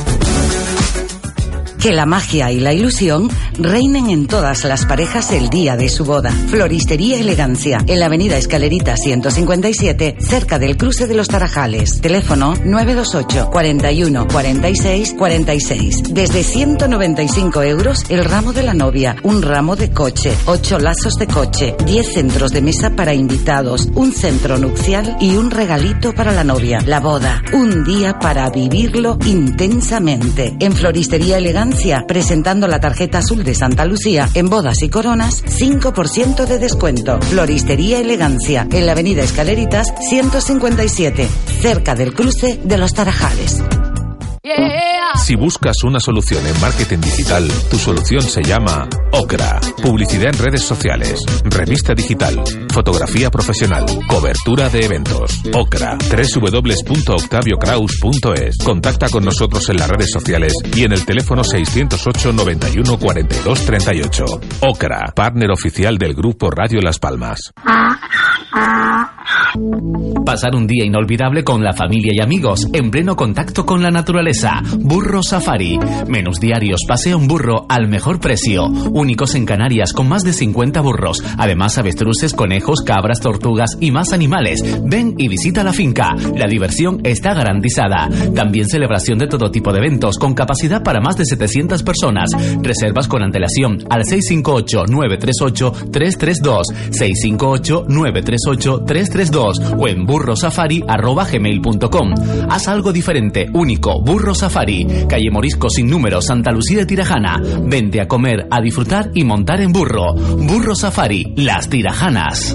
Que la magia y la ilusión reinen en todas las parejas el día de su boda. Floristería Elegancia, en la avenida Escalerita ciento cincuenta y siete, cerca del cruce de los Tarajales. Teléfono nueve dos ocho, cuarenta y uno, cuarenta y seis, cuarenta y seis. Desde ciento noventa y cinco euros el ramo de la novia, un ramo de coche, ocho lazos de coche, diez centros de mesa para invitados, un centro nupcial y un regalito para la novia. La boda, un día para vivirlo intensamente. En Floristería Elegancia, presentando la tarjeta azul de Santa Lucía, en bodas y coronas, cinco por ciento de descuento. Floristería Elegancia, en la avenida Escaleritas ciento cincuenta y siete, cerca del cruce de los Tarajales. Si buscas una solución en marketing digital, tu solución se llama Ocra. Publicidad en redes sociales, revista digital, fotografía profesional, cobertura de eventos. Ocra. doble u doble u doble u punto octavio kraus punto es. Contacta con nosotros en las redes sociales y en el teléfono seiscientos ocho, noventa y uno, cuarenta y dos, treinta y ocho. Ocra, partner oficial del Grupo Radio Las Palmas. Pasar un día inolvidable con la familia y amigos, en pleno contacto con la naturaleza. Burro Safari. Menús diarios, pasea un burro al mejor precio. Únicos en Canarias, con más de cincuenta burros. Además, avestruces, conejos, cabras, tortugas y más animales. Ven y visita la finca. La diversión está garantizada. También celebración de todo tipo de eventos, con capacidad para más de setecientas personas. Reservas con antelación al seis cinco ocho, nueve tres ocho, tres tres dos, seis cinco ocho, nueve tres ocho, tres tres dos o en burrosafari arroba gmail punto com. Haz algo diferente, único. Burro Safari, calle Morisco sin número, Santa Lucía de Tirajana. Vente a comer, a disfrutar y montar en burro. Burro Safari, Las Tirajanas.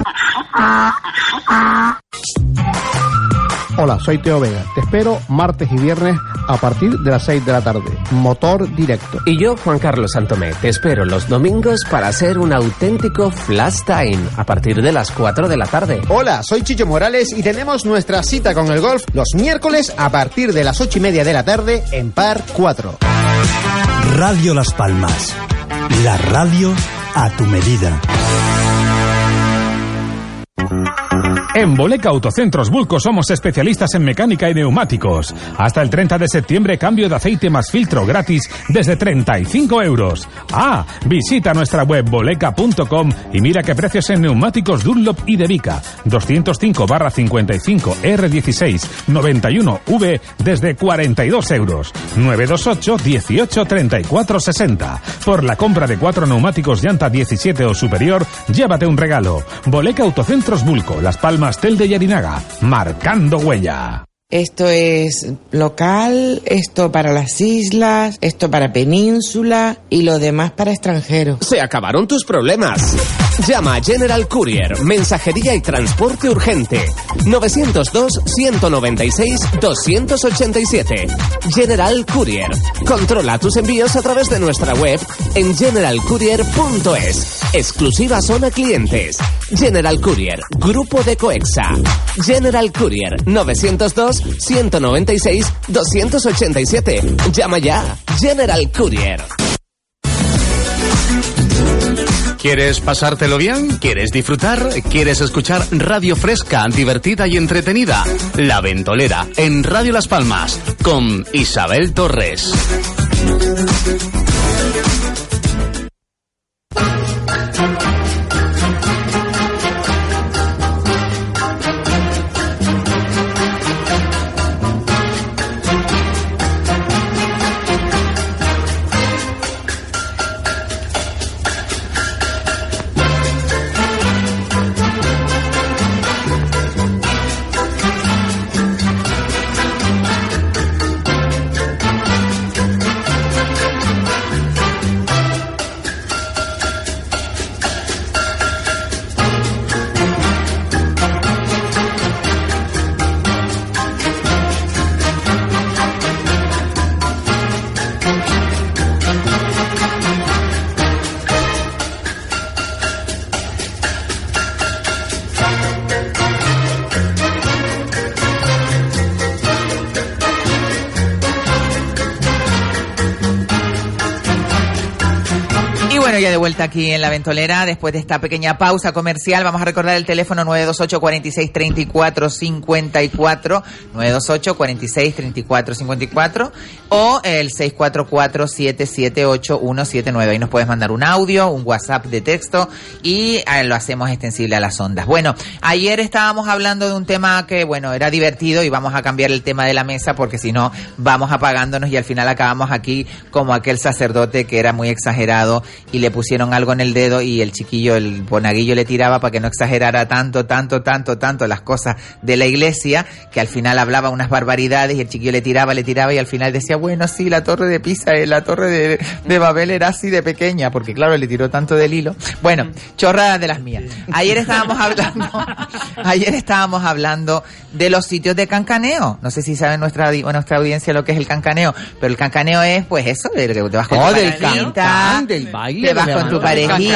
Hola, soy Teo Vega. Te espero martes y viernes a partir de las seis de la tarde. Motor Directo. Y yo, Juan Carlos Santomé, te espero los domingos para hacer un auténtico flash time a partir de las cuatro de la tarde. Hola, soy Chicho Morales y tenemos nuestra cita con el golf los miércoles a partir de las ocho y media de la tarde en Par cuatro. Radio Las Palmas. La radio a tu medida. En Boleca Autocentros Bulco somos especialistas en mecánica y neumáticos. Hasta el treinta de septiembre, cambio de aceite más filtro gratis desde treinta y cinco euros. Ah, visita nuestra web boleca punto com y mira qué precios en neumáticos Dunlop y Devica. doscientos cinco barra cincuenta y cinco R dieciséis noventa y uno V desde cuarenta y dos euros. nueve dos ocho, dieciocho, treinta y cuatro, sesenta. Por la compra de cuatro neumáticos llanta diecisiete o superior, llévate un regalo. Boleca Autocentros Bulco, Las Palmas, Telde y Arinaga, marcando huella. Esto es local, esto para las islas, esto para península y lo demás para extranjeros. Se acabaron tus problemas. Llama a General Courier, mensajería y transporte urgente. novecientos dos, ciento noventa y seis, doscientos ochenta y siete. General Courier. Controla tus envíos a través de nuestra web en general courier punto es. Exclusiva zona clientes. General Courier, Grupo de Coexa. General Courier, novecientos dos, ciento noventa y seis, doscientos ochenta y siete. Llama ya. General Courier. ¿Quieres pasártelo bien? ¿Quieres disfrutar? ¿Quieres escuchar radio fresca, divertida y entretenida? La Ventolera, en Radio Las Palmas, con Isabel Torres. Ya de vuelta aquí en La Ventolera, después de esta pequeña pausa comercial, vamos a recordar el teléfono nueve dos ocho, cuarenta y seis, treinta y cuatro, cincuenta y cuatro, nueve dos ocho, cuarenta y seis, treinta y cuatro, cincuenta y cuatro, o el seis cuatro cuatro, siete siete ocho, uno siete nueve. Ahí nos puedes mandar un audio, un WhatsApp de texto y eh, lo hacemos extensible a las ondas. Bueno, ayer estábamos hablando de un tema que, bueno, era divertido y vamos a cambiar el tema de la mesa porque si no vamos apagándonos y al final acabamos aquí como aquel sacerdote que era muy exagerado y le pusieron algo en el dedo y el chiquillo, el monaguillo le tiraba para que no exagerara tanto, tanto, tanto, tanto las cosas de la iglesia, que al final hablaba unas barbaridades y el chiquillo le tiraba, le tiraba y al final decía, bueno, sí, la torre de Pisa, eh, la torre de, de Babel era así de pequeña, porque claro, le tiró tanto del hilo. Bueno, chorradas de las mías. Ayer estábamos hablando, ayer estábamos hablando de los sitios de cancaneo. No sé si saben nuestra, nuestra audiencia lo que es el cancaneo, pero el cancaneo es, pues eso, de que te vas con oh, tu del palanita, can, can, del baile, vas con tu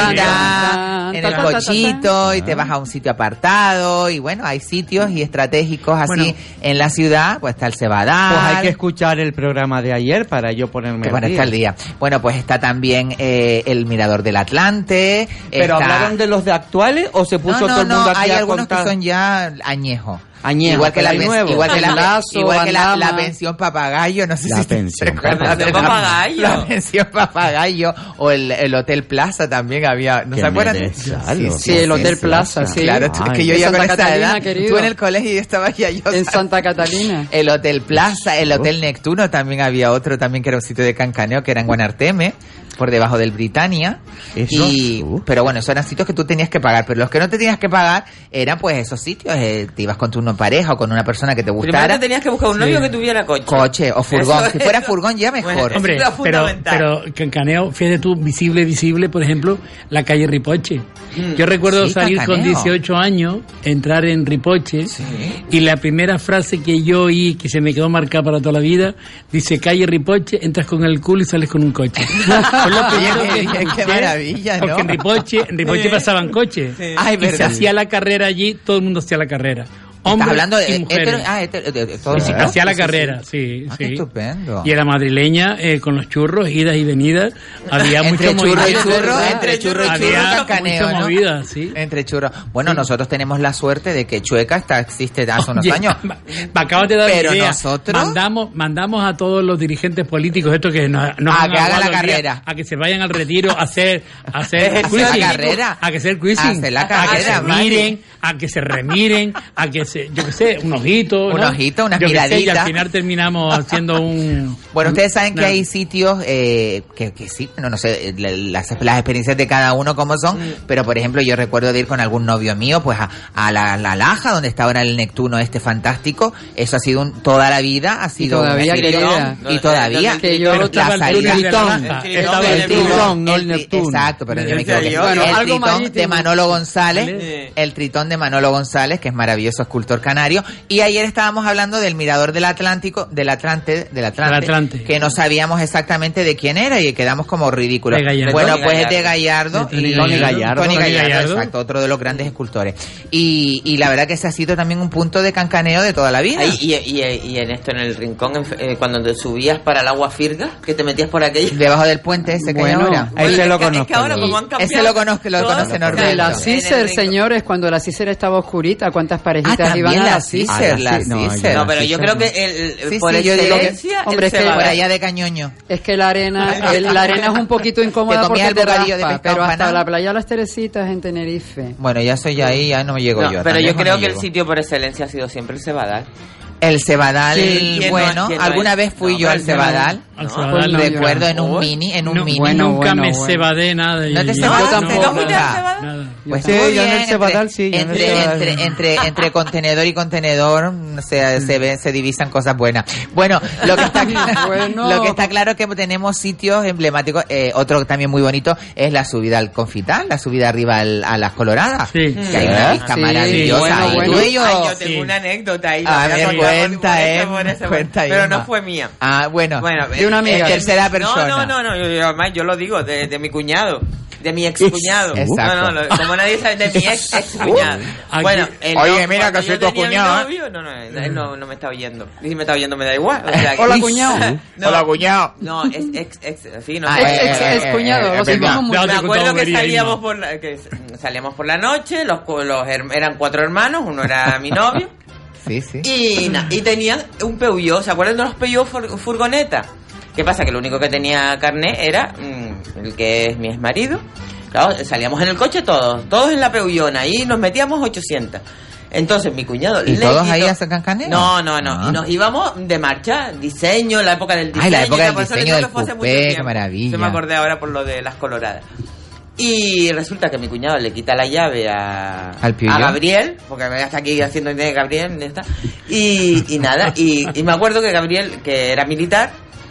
parejita en el Ta, ta, ta, ta, cochito y te vas a un sitio apartado y bueno, hay sitios y estratégicos así Bueno. en la ciudad, pues está el Cebadal. Pues hay que escuchar el programa de ayer para yo ponerme que al bueno, día. está al día. Bueno, pues está también eh, el Mirador del Atlante. ¿Pero está... hablaron de los de actuales o se puso no, no, todo el mundo no, aquí hay a algunos contar? que son ya añejos. Añejo, igual que pero la hay pen- nuevos. igual que la, Lazo, igual que la, Andama. la pensión papagayo, no sé La si te pensión recuerdas papagayo. de La papagayo. La pensión papagayo o el, el Hotel Plaza también había, ¿no Que se acuerdan? me des algo. Sí, el Hotel Plaza, sí. Claro, tú- es que yo En ya con Santa esta Catalina, edad, querido. tú en el colegio y yo estaba ya yo. En Santa Catalina. El Hotel Plaza, el Hotel Neptuno, también había otro también que era un sitio de cancaneo que era en Guanarteme, por debajo del Britannia. Eso, Y, pero bueno, esos eran sitios que tú tenías que pagar, pero los que no te tenías que pagar eran pues esos sitios, eh, te ibas con tu una pareja o con una persona que te Primero gustara. te tenías que buscar un novio que tuviera coche. Coche o furgón. Eso Si fuera es- furgón ya mejor. Hombre, Eso es pero, fundamental. pero Cancaneo, fíjate tú, visible, visible, por ejemplo, la calle Ripoche. Yo recuerdo Sí, salir con Cancaneo. dieciocho años, entrar en Ripoche, y la primera frase que yo oí, que se me quedó marcada para toda la vida, dice, calle Ripoche, entras con el culo y sales con un coche. Fue lo primero que Qué escuché, maravilla, ¿no? porque en Ripoche, en Ripoche Sí. pasaban coches. Sí. Ay, y se verdad. hacía la carrera allí, todo el mundo hacía la carrera. Estás Hombres hablando de y mujeres. hetero- ah, hetero- de- de- todo Y se eso. hacía la Sí, sí, carrera, sí. sí, Ah, sí. qué estupendo. Y era madrileña, eh, con los churros, idas y venidas. Había Entre mucho churro y movimiento. churro, entre churro y churro, Había cancaneo, mucha ¿no? movida, sí. Entre churros. Bueno, nosotros tenemos la suerte de que Chueca está, existe hace unos Oye, años. me- Me acabas de dar Pero una idea. nosotros- Mandamos, mandamos a todos los dirigentes políticos, estos que nos, nos A han que hagan aguado la el día, carrera. a que se vayan al retiro a hacer, a hacer Ejercicio de cruising. carrera. A que hacer cruising. A hacer la A que carrera, se Mari. miren, a que se remiren, a que se, yo qué sé, un ojito. Un ¿no? ojito, unas Yo qué sé, y miraditas. al final terminamos haciendo un. Bueno, ustedes saben que una- hay sitios eh, que, que sí, no, no sé, eh, la- las, las experiencias de cada uno cómo son, pero por ejemplo yo recuerdo de ir con algún novio mío pues a, a la, la Laja, donde está ahora el Neptuno este fantástico, eso ha sido un, toda la vida, ha sido un todavía, sitio- querida. y todavía, Que yo- la estaba el salida, Tritón, estaba el el Tritón, no el tri- Neptuno. exacto, pero yo me ¿En serio? equivoqué. Bueno, el algo Tritón marítimo. de Manolo González, Sí. el Tritón de Manolo González, que es maravilloso escultor canario, y ayer estábamos hablando del Mirador del Atlántico, del Atlante, del Atlante, Del Atlante. que no sabíamos exactamente de quién era y quedamos como ridículos. De Gallardo. Bueno, Tony pues es Gallardo. de Gallardo De Tony y Gallardo. Gallardo, Tony Tony Gallardo, Gallardo. exacto, otro de los grandes escultores. Y, y la verdad que ese ha sido también un punto de cancaneo de toda la vida. Ahí, y, y, y en esto, en el rincón, en- eh, cuando te subías para el agua Firga, que te metías por aquello. Debajo del puente ese que hay Bueno, ahora. Ese lo Es que- es conozco. que ahora yo. como han cambiado. Ese lo conozco, lo todo- conoce De Norberto. la En el Cicer, rincón. señores, cuando la Cicer estaba oscurita, ¿cuántas Ah, parejitas también iban a la la Cicer, Cicer? la sí, no, Cicer. No, pero yo Sí, creo sí. que el, Sí, por sí, yo digo que- excelencia, hombre, el es que- Por Cebadal. allá de Cañoño. Es que la arena, el- la arena es un poquito incómoda Te comías porque el te bocadillo de raspa, pescado pero hasta empanado. la playa Las Teresitas en Tenerife. Bueno, ya soy ya ahí, ya no me llego No, yo. pero tan yo lejos creo no que el llego. sitio por excelencia ha sido siempre el Cebadal. El Cebadal, Sí, ¿quién no- bueno, quién no alguna es? vez fui No, yo al pero Cebadal. Al No, Cebadal pues no, nunca. Recuerdo en un Uy. mini, en un No, mini. bueno, nunca bueno, me bueno. cebadé nada. ¿No te yo- cebaste? yo ¿No tampoco, fuiste nada, al Cebadal? nada. Pues Sí, muy yo en bien, el Cebadal sí, yo en el entre, Cebadal. entre, entre, entre contenedor y contenedor o sea, se ven, se divisan cosas buenas. Bueno, lo que está, Bueno. lo que está claro es que tenemos sitios emblemáticos. Eh, otro también muy bonito es la subida al Confital, la subida arriba al- a las Coloradas. Sí. Que hay una vista Sí, maravillosa. bueno, y bueno. tú y yo- Ay, yo tengo Sí. una anécdota ahí. A la voy ver, contar por- cuenta, por eh, eso, por eso, cuenta, Pero Irma. no fue mía. Ah, bueno. Bueno, De una amiga. En tercera persona. No, no, no, no, yo, yo- además yo lo digo, de, de mi cuñado, de mi ex cuñado. Exacto. No, no, lo- como nadie sabe, de mi ex ex cuñado. Aquí- Bueno, él Oye, no- mira cuando que soy yo tu tenía mi cuñado, ¿eh? novio, no, no, él no, no me está oyendo. Y si me está oyendo me da igual. o sea, que- Hola, cuñado. No, Hola, cuñado. No, es ex, ex, sí, no Ah, sé. Ex, eh, ex, eh, ex eh, cuñado, eh, lo eh, sentimos venga. mucho. No, Me te acuerdo contaba que María salíamos Irma. por la, que salíamos por la noche, los, los her- eran cuatro hermanos, uno era mi novio. Sí, sí. Y, na- y tenían un Peugeot, ¿se acuerdan de los Peugeot fur- furgoneta? ¿Qué pasa? Que lo único que tenía carnet era mm, el que es mi exmarido. Claro, salíamos en el coche todos, todos en la Peugeot, ahí nos metíamos ochocientos. Entonces mi cuñado... ¿Y le todos quitó- ahí a sacar caneo? No, no, no. Ah. Y nos íbamos de marcha, diseño, la época del diseño. Ay, la época del por eso diseño les del digo que fue hace coupé, mucho qué tiempo. maravilla. Se me acordé ahora por lo de las coloradas. Y resulta que mi cuñado le quita la llave a, ¿Al Peugeot? a Gabriel, porque hasta aquí haciendo de Gabriel, ya está. Y, y nada, y, y me acuerdo que Gabriel, que era militar,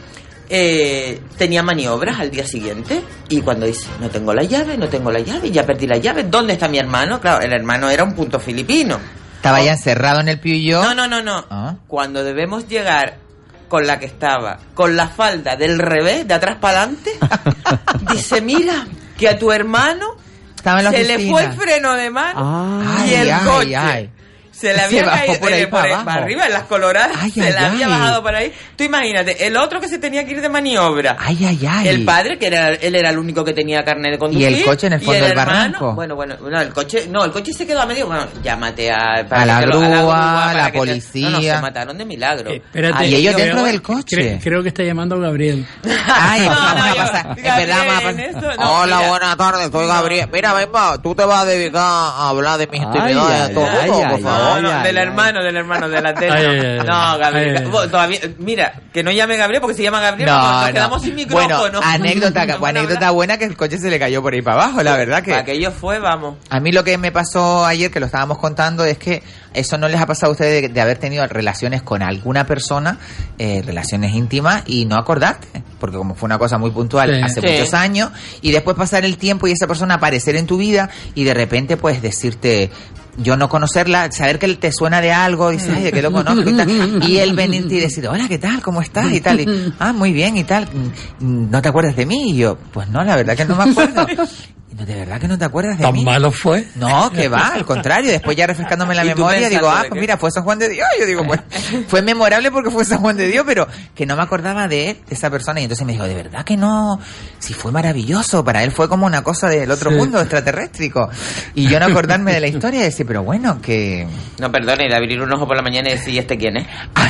eh, tenía maniobras al día siguiente. Y cuando dice, no tengo la llave, no tengo la llave, ya perdí la llave, ¿dónde está mi hermano? Claro, el hermano era un punto filipino. Estaba ya encerrado en el Peugeot. No, no, no, no. Ah. Cuando debemos llegar con la que estaba, con la falda del revés, de atrás para adelante, dice, mira, que a tu hermano Estaba en la se le oficina. fue el freno de mano Ay, y el ay, coche. ay. Se le Se había bajó caído por ahí eh, por para ahí, abajo. para arriba, en las coloradas, Ay, se ay, le había ay. bajado por ahí. Tú imagínate, el otro que se tenía que ir de maniobra. Ay, ay, ay. El padre, que era él era el único que tenía carnet de conducir. Y el coche en el fondo y el del hermano, barranco. Bueno, bueno, no, el coche, no, el coche se quedó a medio. Bueno, llámate a, para A la que lo- grúa, para la que te- policía. no, no, se mataron de milagro. Espérate, Ah, y ellos creo- dentro del coche. Creo, creo que está llamando a Gabriel. Ay, No, vamos no, a yo- pasar. Gabriel, Es verdad, vamos a en pasar. esto, no, Hola, mira. buenas tardes, soy Gabriel. Mira, Bemba, tú te vas a dedicar a hablar de mis Ay, intimidades ay, todo, ay, por ay, favor. No, no, ay, del ay. hermano, del hermano, de la tele. Ay, ay, ay. No, Gabriel. Ay, ay, Bueno, todavía, mira, que no llame Gabriel, porque si llama Gabriel No, nos, nos no. quedamos sin micrófono. Bueno, anécdota, No van a anécdota hablar. buena que el coche se le cayó por ahí para abajo, la verdad que... Aquello fue, vamos. A mí lo que me pasó ayer, que lo estábamos contando, es que eso no les ha pasado a ustedes de, de haber tenido relaciones con alguna persona, eh, relaciones íntimas, y no acordarte, porque como fue una cosa muy puntual Sí. hace Sí. muchos años, y después pasar el tiempo y esa persona aparecer en tu vida, y de repente pues decirte... Yo no conocerla, saber que él te suena de algo, dices, ay, de que lo conozco y tal, y él venirte y decir, hola, ¿qué tal? ¿Cómo estás? Y tal, y, ah, muy bien y tal, ¿no te acuerdas de mí? Y yo, pues no, la verdad que no me acuerdo. Y no, ¿de verdad que no te acuerdas de ¿Tan mí? malo fue? No, que va, al contrario, después ya refrescándome la ¿Y tú memoria, digo, pensando ah, de pues qué? mira, fue San Juan de Dios, yo digo, pues, fue memorable porque fue San Juan de Dios, pero que no me acordaba de él, de esa persona, y entonces me dijo, de verdad que no, si fue maravilloso, para él fue como una cosa del otro Sí. mundo, extraterréstrico, y yo no acordarme de la historia y decir, pero bueno, que... No, perdone, de abrir un ojo por la mañana y decir, ¿este quién es?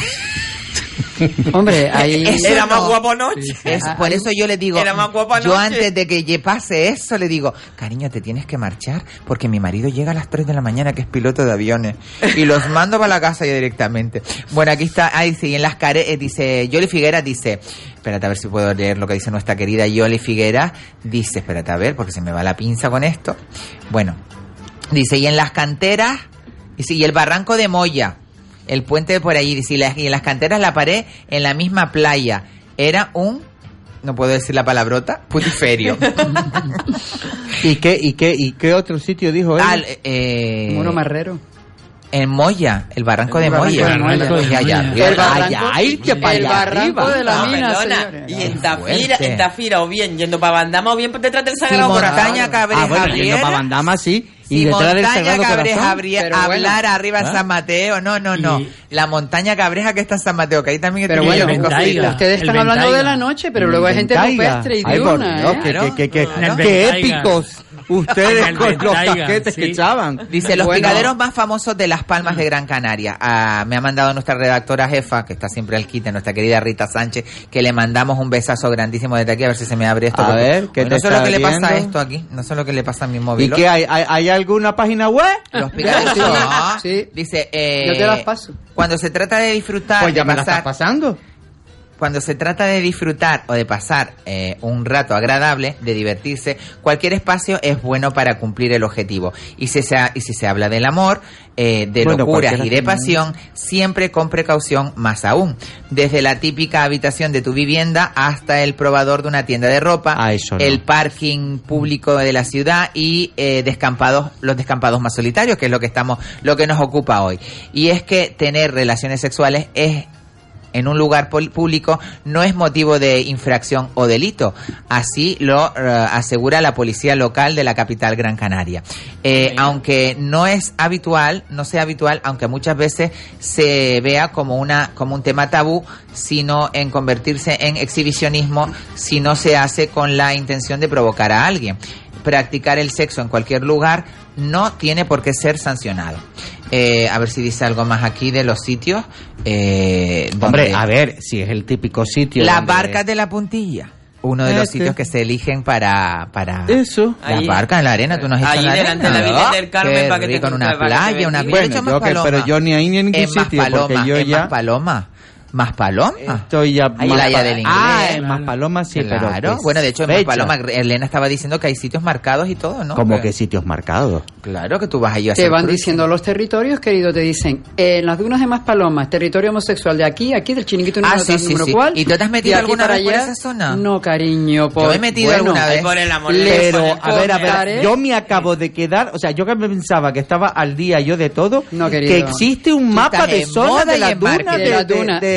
Hombre, ahí... Eso Era más no. guapo anoche. Es, por eso yo le digo, Era más guapo yo anoche. antes de que ye- pase eso, le digo, cariño, te tienes que marchar porque mi marido llega a las tres de la mañana, que es piloto de aviones, y los mando para la casa ya directamente. Bueno, aquí está, ahí sí, en las care, eh, dice, Yoli Figuera dice, espérate a ver si puedo leer lo que dice nuestra querida Yoli Figuera, dice, espérate a ver, porque se me va la pinza con esto. Bueno, dice, y en las canteras, dice, y el barranco de Moya, el puente de por ahí, dice, y, las- y en las canteras la pared en la misma playa. Era un, no puedo decir la palabrota, putiferio. ¿Y qué, y qué, y qué otro sitio dijo él? Al, eh, Mono Marrero. en Moya, el barranco de El barranco Moya. de Moya. Dije, allá El arriba. El barranco, Allá, ay, que para el allá barranco arriba. de la No, mina, perdona. señores. Y en Qué Tafira, fuerte. en Tafira, o bien yendo para Bandama, o bien detrás del Si Sagrado Corazón. Montaña Cabreja Ah, bueno, yendo abriera, para Bandama, sí. Y si detrás del Montaña Sagrado Cabreja Corazón. abría- Pero bueno. hablar arriba en ¿Ah? San Mateo, no, no, no. Y- La Montaña Cabreja que está en San Mateo, que ahí también Pero estoy bueno, viendo mis Ventaiga. cositas. ustedes El están hablando Ventaiga. de la noche, pero luego hay gente Ventaiga. rupestre y Ay, por diurna, Dios, ¿eh? que, que, que, que, Claro. qué En el épicos ustedes En el con los Ventaiga, casquetes sí. que echaban. Dice, los Bueno. picaderos más famosos de Las Palmas de Gran Canaria. Ah, me ha mandado nuestra redactora jefa, que está siempre al quite, nuestra querida Rita Sánchez, que le mandamos un besazo grandísimo desde aquí, a ver si se me abre esto. A porque- ver, ¿qué no te sé lo está que le pasa a viendo? esto aquí, no sé lo que le pasa a mi ¿Y móvil. qué hay? ¿Hay, hay alguna página web? Los picaderos, Sí, no. sí. Dice, eh, Yo te las paso. cuando se trata de disfrutar, Pues ya de me la pasar- estás pasando. Cuando se trata de disfrutar o de pasar eh, un rato agradable, de divertirse, cualquier espacio es bueno para cumplir el objetivo. Y si se, ha- y si se habla del amor, eh, de Bueno, locuras cualquiera y de que- pasión, siempre con precaución más aún. Desde la típica habitación de tu vivienda hasta el probador de una tienda de ropa, Ah, eso no. el parking público de la ciudad y eh, descampados, los descampados más solitarios, que es lo que estamos, lo que nos ocupa hoy. Y es que tener relaciones sexuales es en un lugar pol- público no es motivo de infracción o delito. Así lo eh, asegura la policía local de la capital Gran Canaria. Eh, aunque no es habitual, no sea habitual, aunque muchas veces se vea como una como un tema tabú, sino en convertirse en exhibicionismo si no se hace con la intención de provocar a alguien. Practicar el sexo en cualquier lugar no tiene por qué ser sancionado. Eh, a ver si dice algo más aquí de los sitios. Eh, Hombre, donde- a ver, si es el típico sitio. Las donde- barcas de la Puntilla. Uno de los Este. sitios que se eligen para... para Eso. Las Ahí- barcas en la arena, tú no has hecho ahí en la delante arena. de la Virgen Ah, del Carmen, qué para que te- rico, en una para que te playa, una bendiga. Yo he Bueno, hecho más yo, que, paloma. pero yo ni ahí ni en ningún Es más sitio, paloma, porque yo es ya más paloma. ¿Más paloma? estoy ya Ahí más la haya pa- del inglés. Ah, es más paloma, sí, pero Claro, que bueno, de hecho en fecha. Más Paloma, Elena estaba diciendo que hay sitios marcados y todo, ¿no? Como Que- que sitios marcados. Claro, que tú vas allí a Te hacer van cruising. diciendo los territorios, querido, te dicen, eh, en las dunas de Maspalomas, territorio homosexual de aquí, aquí, del chiringuito número, Ah, sí, tal, sí, número sí. cual. ¿Y tú te has metido de aquí alguna para vez por allá. esa zona? No, cariño. Por, Yo he metido bueno, alguna vez. Ay, por el amor Le- de Dios. Pero, a ver, a ver, contaré- yo me acabo de quedar, o sea, yo que me pensaba que estaba al día yo de todo, No, querido. que existe un Tú mapa estás de en zona moda de y la en marketing. duna, de de, la de- duna. de-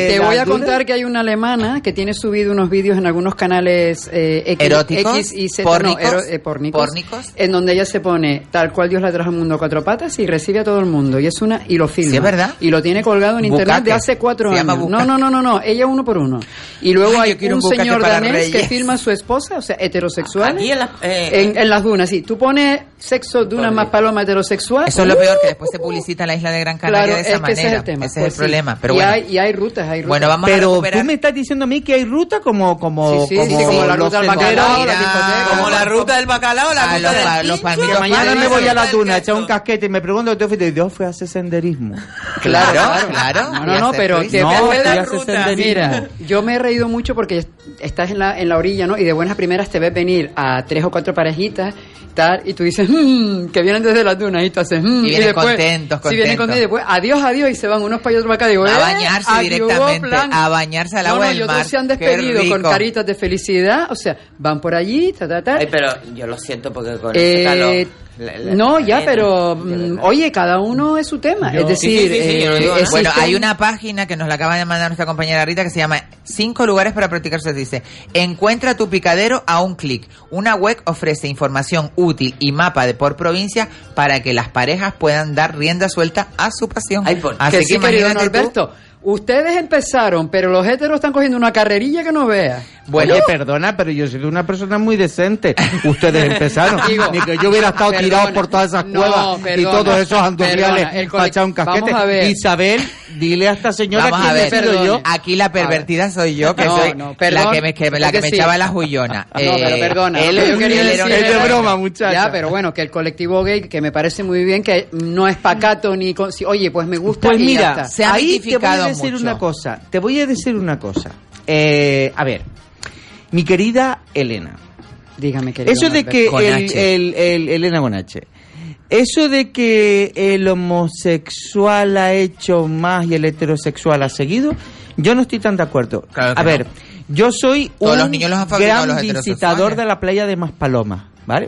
te, te voy a las dunas? contar que hay una alemana que tiene subido unos vídeos en algunos canales eh, X, ¿Eróticos? X y Z, ¿Pórnicos? no, ero- eh, pórnicos, ¿Pórnicos? en donde ella se pone tal cual Dios la trajo al mundo a cuatro patas y recibe a todo el mundo y es una y lo filma. Sí, es verdad. Y lo tiene colgado en internet Bucaque. de hace cuatro Se años. llama No, bucaque. no, no, no, no, ella uno por uno. Y luego Ay, yo hay quiero un un bucaque señor para danés Reyes. que filma a su esposa, o sea, heterosexual. Aquí en las- eh, en, en las dunas, sí. Tú pones sexo duna más paloma heterosexual. Eso es lo peor, que después se publicita la isla de Gran Canaria Claro, de esa es que manera. ese es el tema. Ese Pues es el sí. problema. Pero y, bueno. hay, y hay rutas, hay rutas. Bueno, vamos a Pero recuperar. tú me estás diciendo a mí que hay ruta como como Sí, sí, como, sí, como la los ruta del senderos. bacalao, la Mira, discoteca. como la ruta del bacalao, la a ruta los, del a los pincho. palmitos. Que mañana me voy a la Ruta del duna, a echar un queso. casquete y me pregunto ¿dónde fuiste? Y Dios fue a hacer senderismo. Claro, claro. No, Y no, no, hacer pero turismo. te No, puedes estoy dar hace ruta. senderismo. Mira, yo me he reído mucho porque estás en la, en la orilla, ¿no? Y de buenas primeras te ves venir a tres o cuatro parejitas, tal, y tú dices, mmm, que vienen desde las dunas, y tú haces, mmm, Y vienen después, contentos, Sí, vienen contentos. contentos, y después, adiós, adiós, y se van unos para allá, otros para acá, digo, A eh, bañarse aquí hubo directamente, plan. a bañarse al No, agua no, del y otros mar. se han Qué despedido con rico. caritas de felicidad, o sea, van por allí, ta, ta, ta. Ay, pero yo lo siento porque con Eh, ese calor... la- la- no, ya, la- pero mm, oye, cada uno es su tema. Yo- es decir, Sí, sí, sí, sí, yo no eh, digo nada. existen- Bueno, hay una página que nos la acaba de mandar nuestra compañera Rita que se llama Cinco lugares para practicar sexo. Dice, encuentra tu picadero a un clic. Una web ofrece información útil y mapa de por provincia para que las parejas puedan dar rienda suelta a su pasión. Ay, por- Así que sí, querido imagínate tú. Norberto. Ustedes empezaron, pero los héteros están cogiendo una carrerilla que no veas. Bueno, Oye, perdona, pero yo soy una persona muy decente. Ustedes empezaron. Digo, Ni que yo hubiera estado perdona, tirado por todas esas no, cuevas y perdona, todos esos perdona, andoriales el para colec- echar un casquete. vamos a ver. Isabel, dile a esta señora Vamos a quién he ver, sido yo. aquí la pervertida soy yo, que No, soy no, la perdón. que me, que, la Es que me decir- echaba la jullona. No, pero perdona. él, lo que yo quería él decir era un- es de era- broma, muchacha. Ya, pero bueno, que el colectivo gay, que me parece muy bien, que no es pacato ni... con- si- oye, pues me gusta Pues y ya mira, está. Se ha ahí te voy a mitificado decir mucho. una cosa. Te voy a decir una cosa. Eh, a ver, mi querida Elena. Dígame, querido Eso de Norberto. que Con el, H. el- el- Elena con H. Eso de que el homosexual ha hecho más y el heterosexual ha seguido, yo no estoy tan de acuerdo. Claro que a ver, no. yo soy Todos un los niños los han fabricado gran los heterosexuales. visitador de la playa de Maspalomas, ¿vale?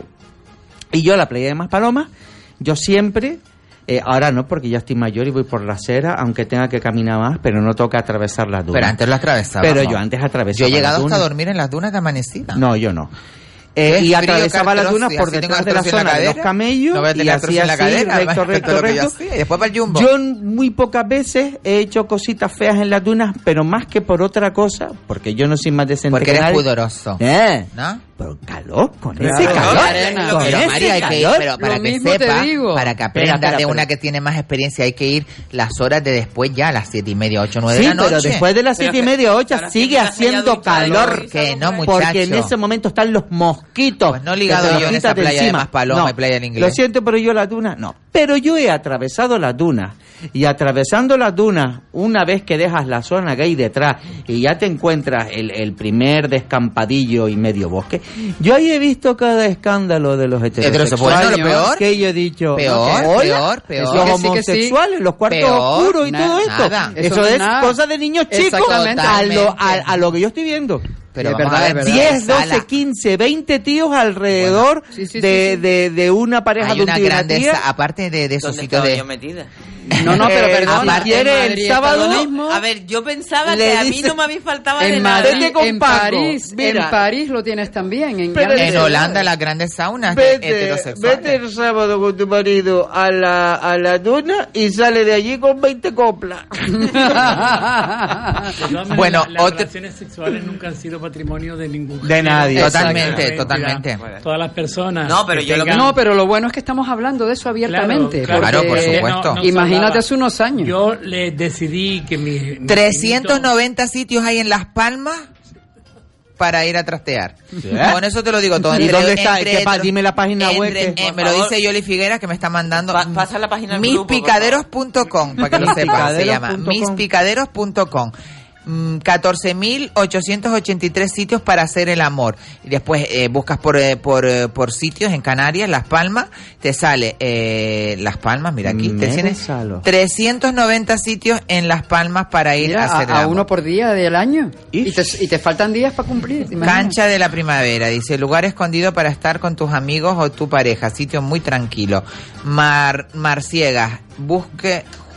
Y yo a la playa de Maspalomas, yo siempre, eh, ahora no porque ya estoy mayor y voy por la acera, aunque tenga que caminar más, pero no toca atravesar las dunas. Pero antes lo atravesaba. Pero yo antes atravesaba Yo he llegado las hasta dunas. a dormir en las dunas de amanecida. No, yo no. Eh, ¿Ves? y Frío, atravesaba las dunas artrosis, por así tengo detrás de la artrosis en la zona de los cadera. camellos No voy a tener y artrosis hacía en la así, cadera, recto, esto recto, es lo que yo recto. hacía. Y después para el jumbo. Yo muy pocas veces he hecho cositas feas en las dunas, pero más que por otra cosa, porque yo no soy más decente Porque que eres nadie. pudoroso. Eh, ¿No? pero calor, con Claro. ese calor. Arena. Con Pero ese María, hay que ir, calor. pero para Lo que mismo te sepa, digo. para que aprenda Espera, espera, de una espera. que tiene más experiencia, hay que ir las horas de después ya, a las siete y media, ocho, nueve Sí, de la noche. pero después de las Pero siete y que- media, ocho, pero sigue que mientras haya haciendo ducha, calor. ¿no? Que no, muchacho. Porque en ese momento están los mosquitos. Pues no he ligado que te los yo en quitas esa playa de encima. Maspalomas No, y Playa del Inglés. Lo siento, pero yo las dunas no. Pero yo he atravesado las dunas. Y atravesando las dunas, una vez que dejas la zona que hay detrás y ya te encuentras el, el primer descampadillo y medio bosque, yo ahí he visto cada escándalo de los heterosexuales. Bueno, lo peor. Que yo he dicho, Peor, hola, peor, peor. los Que sí, que sí. homosexuales, los cuartos Peor, oscuros y na- todo esto. nada. Eso, Eso no es es nada. cosa de niños chicos Exactamente. a lo, a, Totalmente. a lo que yo estoy viendo. Pero Es vamos verdad, a es ver, verdad. diez, sala. doce, quince, veinte tíos alrededor Sí, sí, sí, de, sí. de, de una pareja Hay de un una tío y una grande, tía. sa- aparte de, de esos ¿Dónde sitios estaba de... yo metida? No, no, pero Eh, perdona. si quiere, en el Madrid está sábado- lo mismo. A ver, yo pensaba Le que a mí dice- no me había faltaba de En nada. Madrid, Vete con en Paco, París, mira. en París lo tienes también. En, Pero ya- En Holanda, las grandes saunas de Vete, heterosexuales. vete el sábado con tu marido a la, a la duna y sale de allí con veinte coplas. De todas maneras, Bueno, las otro- relaciones sexuales nunca han sido patrimonio de ningún De género. nadie. Totalmente, Exacto. totalmente. Todas las personas. No, pero que yo lo que- tengan- No, pero lo bueno es que estamos hablando de eso abiertamente. Claro, claro, porque- por supuesto. no se Imagínate hablaba. hace unos años. Yo le decidí que mi... mi trescientos noventa sitios hay en Las Palmas para ir a trastear. Con eso te lo digo todo. ¿Y Entre- dónde está? entre- ¿Qué pa- dime la página web entre- que- eh, por me lo favor. dice Yoli Figueras, que me está mandando. Pa- pasa la página del grupo, por mispicaderos punto com, para que lo sepas, se llama. mispicaderos punto com. mispicaderos punto com. Mm, catorce mil ochocientos ochenta y tres sitios para hacer el amor. Y después eh, buscas por, eh, por, eh, por sitios en Canarias, Las Palmas, te sale eh, Las Palmas, mira aquí, te Me tienes salo. trescientos noventa sitios en Las Palmas para ir Mira, a a, hacer el a amor. uno por día del año. Y te, y te faltan días para cumplir. ¿te imaginas? Cancha de la Primavera, dice, lugar escondido para estar con tus amigos o tu pareja, sitio muy tranquilo. Mar, Marciegas, busque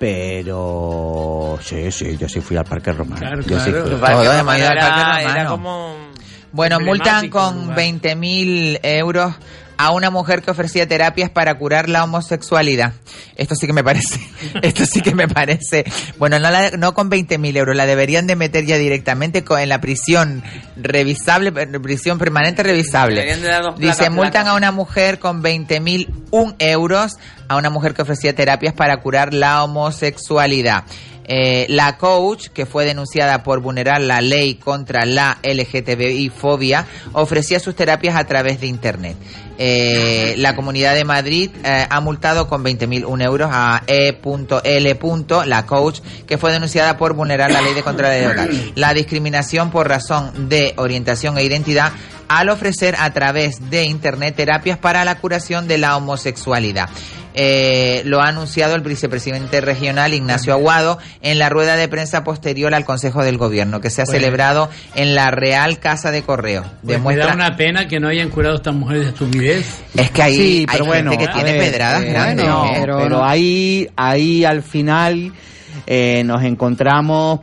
Pero sí, sí, yo sí fui al Parque Romano. Claro, Yo sí claro. fui. El Parque Todos Romano hemos ido al era- Parque era Romano. como Bueno, multan emblemático con lugar. veinte mil euros a una mujer que ofrecía terapias para curar la homosexualidad. Esto sí que me parece, esto sí que me parece. Bueno, no, la- no con veinte mil euros, la deberían de meter ya directamente con, en la prisión revisable, prisión permanente revisable. Deberían de dar dos Dice, placas, multan placas. a una mujer con veinte mil un euros a una mujer que ofrecía terapias para curar la homosexualidad. Eh, la coach, que fue denunciada por vulnerar la ley contra la L G T B I-fobia, ofrecía sus terapias a través de Internet. Eh, la Comunidad de Madrid eh, ha multado con veinte mil un euros a E L la coach, que fue denunciada por vulnerar la ley de contra la legal. La discriminación por razón de orientación e identidad al ofrecer a través de Internet terapias para la curación de la homosexualidad. Eh, lo ha anunciado el vicepresidente regional Ignacio Aguado en la rueda de prensa posterior al Consejo del Gobierno, que se ha Pues- celebrado en la Real Casa de Correo. Pues Demuestra... me da una pena que no hayan curado a estas mujeres de estupidez. Es que hay, Sí, hay pero bueno, gente que a tiene ver, pedradas eh, grandes. no, ¿eh? pero pero ahí, ahí al final eh, nos encontramos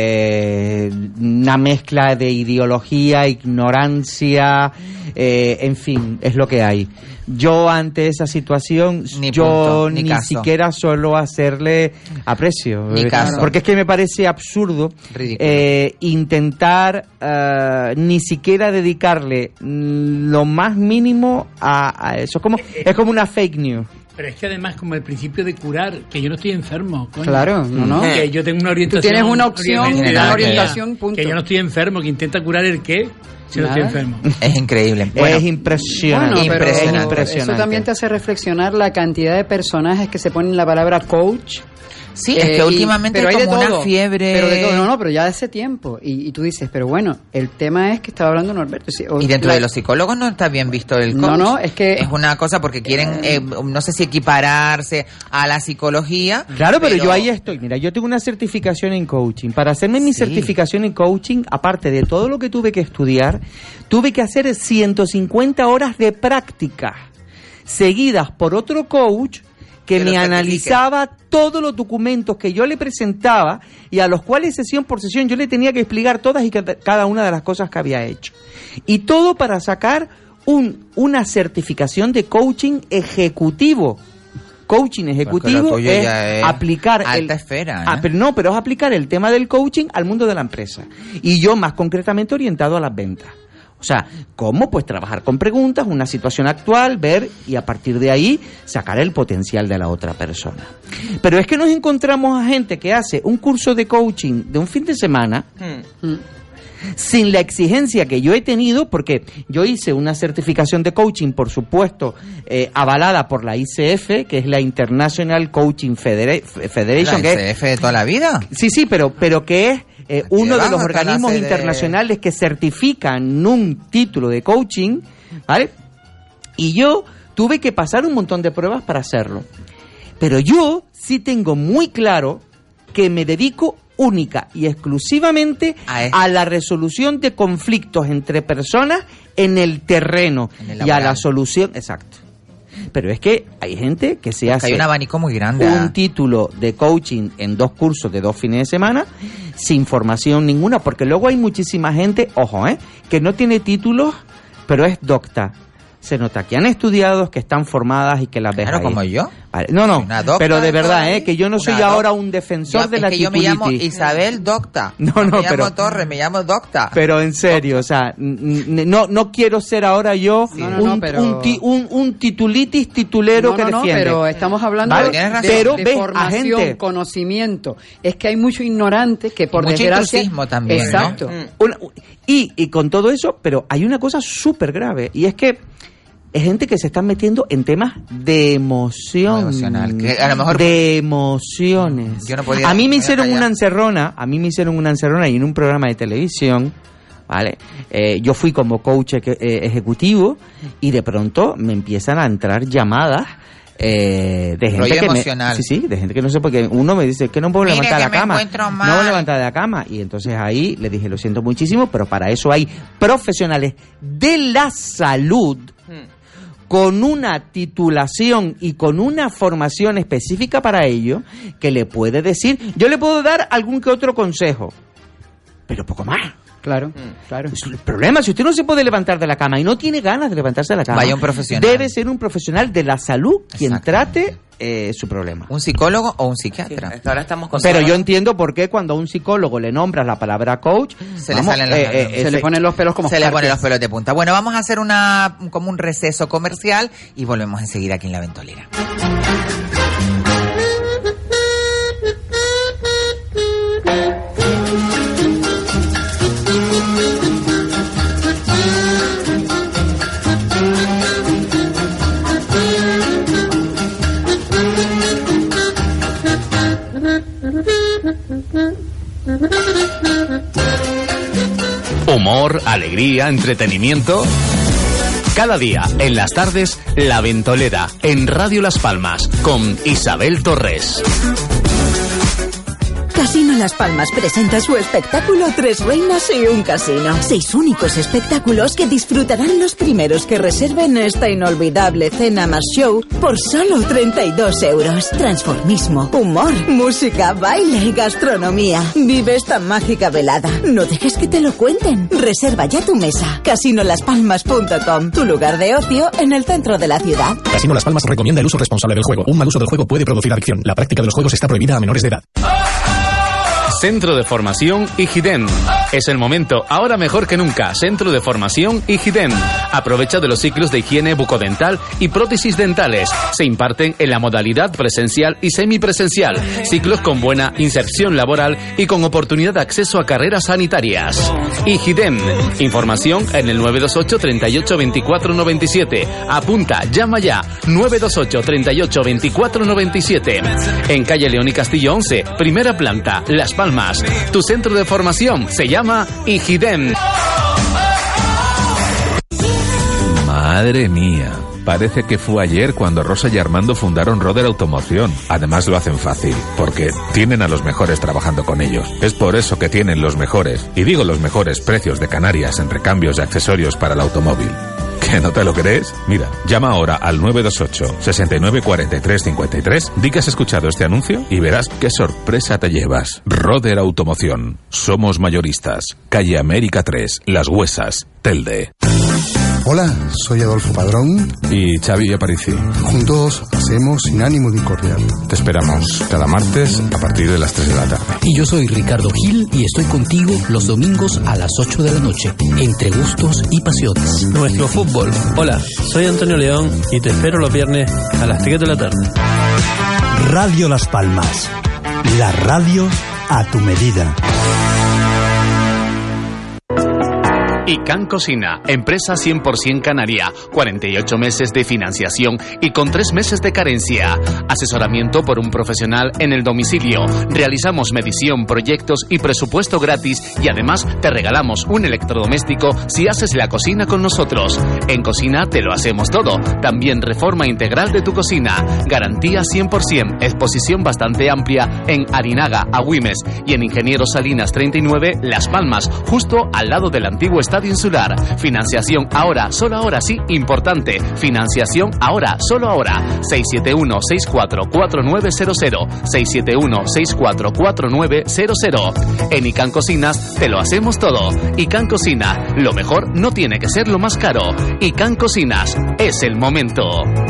pues una mezcla de ideología, ignorancia, eh, en fin, es lo que hay. Yo ante esa situación, Ni yo punto, ni ni, caso. siquiera suelo hacerle aprecio. Ni Eh, caso. Porque es que me parece absurdo Ridículo. eh, intentar eh, ni siquiera dedicarle mm, lo más mínimo a, a eso. Es como, es como una fake news. Pero es que además, como el principio de curar, que yo no estoy enfermo, coño. Claro, no, no. Que yo tengo una orientación. Tú tienes una opción, identidad, una que- orientación, punto. Que yo no estoy enfermo, que intenta curar el qué, si no Nada. estoy enfermo. Es increíble. es impresionante. Bueno, pero es eso impresionante. también te hace reflexionar la cantidad de personajes que se ponen la palabra coach. Sí, es que y- últimamente pero hay hay de como una todo, fiebre. Pero de todo, no, no, pero ya de hace tiempo. Y, y tú dices, pero bueno, el tema es que estaba hablando Norberto. sí, o- Y dentro la- de los psicólogos no está bien visto el coach. No, no, es que- Es una cosa porque quieren, eh, no sé si equipararse a la psicología. Claro, pero, yo ahí estoy. Mira, yo tengo una certificación en coaching. Para hacerme mi Sí. certificación en coaching, aparte de todo lo que tuve que estudiar, tuve que hacer ciento cincuenta horas de práctica seguidas por otro coach que Que me lo certifique. analizaba todos los documentos que yo le presentaba y a los cuales sesión por sesión yo le tenía que explicar todas y cada- cada una de las cosas que había hecho. Y todo para sacar un, una certificación de coaching ejecutivo. Coaching ejecutivo tuyo es ya es aplicar alta el, esfera, ¿eh? Ah, pero no, pero es aplicar el tema del coaching al mundo de la empresa. Y yo más concretamente orientado a las ventas. O sea, ¿cómo? Pues trabajar con preguntas, una situación actual, ver y a partir de ahí sacar el potencial de la otra persona. Pero es que nos encontramos a gente que hace un curso de coaching de un fin de semana sin la exigencia que yo he tenido, porque yo hice una certificación de coaching, por supuesto, eh, avalada por la I C F, que es la International Coaching Federa- Federation. ¿La que I C F de toda la vida? Sí, sí, pero, pero que es eh, uno de debajo los está la organismos sede. internacionales que certifican un título de coaching, ¿vale? Y yo tuve que pasar un montón de pruebas para hacerlo. Pero yo sí tengo muy claro que me dedico única y exclusivamente A eso. a la resolución de conflictos entre personas en el terreno En el y a la laboral. solución, exacto. Pero es que hay gente que se Porque hace hay un abanico muy grande. un título de coaching en dos cursos de dos fines de semana sin formación ninguna, porque luego hay muchísima gente, ojo, ¿eh? que no tiene títulos, pero es docta. Se nota que han estudiado, que están formadas y que las ves Claro, ahí. como yo. Vale. No, no, Una docta pero de por verdad, ahí, ¿eh? que yo no soy una ahora doc- un defensor Yo- de es la que yo me llamo titulitis. Isabel Docta. No, me no, llamo pero- Torres, me llamo Docta. Pero en serio, o sea, n- n- no no quiero ser ahora yo No, no, un, no, pero- un, ti- un, un titulitis titulero No, que no, no, defiende. pero estamos hablando Vale, de, tienes razón. de- pero de ves a formación, gente- conocimiento. Es que hay mucho ignorante que por mucho desgracia... intrusismo también, ¿no? Exacto. Una- y, y con todo eso, pero hay una cosa súper grave, y es que es gente que se está metiendo en temas de emoción. Emocional, que a lo mejor- de emociones. Yo no podía- a mí me voy a hicieron callar. una encerrona, a mí me hicieron una encerrona y en un programa de televisión, ¿vale? Eh, yo fui como coach eje- eh, ejecutivo y de pronto me empiezan a entrar llamadas eh, de gente Rollo que me- emocional. sí, sí, de gente que no sé, porque uno me dice que no puedo Mire, levantar que la me cama. encuentro No mal. voy a levantar de la cama. Y entonces ahí le dije, lo siento muchísimo, pero para eso hay profesionales de la salud con una titulación y con una formación específica para ello, que le puede decir, yo le puedo dar algún que otro consejo, pero poco más. Claro, claro. Es el problema, si usted no se puede levantar de la cama y no tiene ganas de levantarse de la cama, vaya un profesional. Debe ser un profesional de la salud quien trate eh, su problema. ¿Un psicólogo o un psiquiatra? Sí, es que ahora estamos con Pero yo entiendo por qué cuando a un psicólogo le nombras la palabra coach, se vamos, le salen las eh, eh, se se le ponen los pelos como se le ponen escarpias. los pelos de punta. Bueno, vamos a hacer una como un receso comercial y volvemos enseguida aquí en La Ventolera. Humor, alegría, entretenimiento. Cada día, en las tardes, La Ventolera, en Radio Las Palmas, con Isabel Torres. Casino Las Palmas presenta su espectáculo Tres Reinas y un Casino. Seis únicos espectáculos que disfrutarán los primeros que reserven esta inolvidable cena más show por solo treinta y dos euros. Transformismo, humor, música, baile y gastronomía. Vive esta mágica velada. No dejes que te lo cuenten. Reserva ya tu mesa. casino las palmas punto com, tu lugar de ocio en el centro de la ciudad. Casino Las Palmas recomienda el uso responsable del juego. Un mal uso del juego puede producir adicción. La práctica de los juegos está prohibida a menores de edad. Centro de Formación IGIDEN. Es el momento, ahora mejor que nunca. Centro de Formación IGIDEN. Aprovecha de los ciclos de higiene bucodental y prótesis dentales. Se imparten en la modalidad presencial y semipresencial. Ciclos con buena inserción laboral y con oportunidad de acceso a carreras sanitarias. IGIDEN. Información en el nueve dos ocho, treinta y ocho, veinticuatro noventa y siete. Apunta, llama ya. nueve dos ocho, treinta y ocho, veinticuatro noventa y siete. En calle León y Castillo once, primera planta, Las Palmas. Tu centro de formación se llama IGIDEN. Madre mía. Parece que fue ayer cuando Rosa y Armando fundaron Roder Automoción. Además lo hacen fácil, porque tienen a los mejores trabajando con ellos. Es por eso que tienen los mejores, y digo los mejores precios de Canarias en recambios y accesorios para el automóvil. ¿Que no te lo crees? Mira, llama ahora al nueve dos ocho, sesenta y nueve, cuarenta y tres, cincuenta y tres, di que has escuchado este anuncio y verás qué sorpresa te llevas. Roder Automoción. Somos mayoristas. Calle América tres, Las Huesas, Telde. Hola, soy Adolfo Padrón. Y Xavi Aparici. Juntos hacemos Sin Ánimo de Incordiar. Te esperamos cada martes a partir de las tres de la tarde. Y yo soy Ricardo Gil y estoy contigo los domingos a las ocho de la noche, entre gustos y pasiones. Nuestro fútbol. Hola, soy Antonio León y te espero los viernes a las tres de la tarde. Radio Las Palmas. La radio a tu medida. ICANN Cocina, empresa cien por ciento canaria, cuarenta y ocho meses de financiación y con tres meses de carencia. Asesoramiento por un profesional en el domicilio. Realizamos medición, proyectos y presupuesto gratis y además te regalamos un electrodoméstico si haces la cocina con nosotros. En cocina te lo hacemos todo. También reforma integral de tu cocina. Garantía cien por ciento. Exposición bastante amplia en Arinaga, Agüimes y en Ingeniero Salinas treinta y nueve, Las Palmas, justo al lado del antiguo estadio Insular. Financiación ahora, solo ahora sí, importante. Financiación ahora, solo ahora. seis siete uno, seis cuatro cuatro nueve cero cero. seis siete uno, seis cuatro cuatro nueve cero cero. En ICANN Cocinas te lo hacemos todo. ICANN Cocina, lo mejor no tiene que ser lo más caro. ICANN Cocinas, es el momento.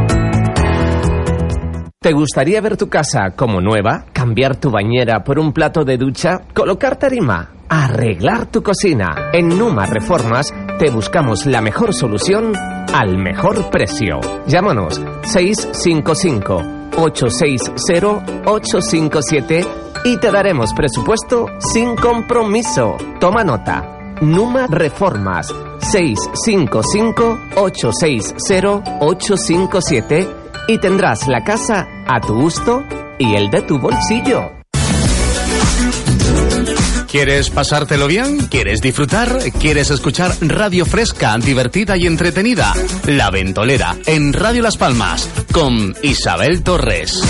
¿Te gustaría ver tu casa como nueva? ¿Cambiar tu bañera por un plato de ducha? ¿Colocar tarima? ¿Arreglar tu cocina? En Numa Reformas te buscamos la mejor solución al mejor precio. Llámanos seis cinco cinco, ocho seis cero, ocho cinco siete y te daremos presupuesto sin compromiso. Toma nota. Numa Reformas seis cinco cinco, ocho seis cero, ocho cinco siete y tendrás la casa a tu gusto y el de tu bolsillo. ¿Quieres pasártelo bien? ¿Quieres disfrutar? ¿Quieres escuchar radio fresca, divertida y entretenida? La Ventolera, en Radio Las Palmas, con Isabel Torres.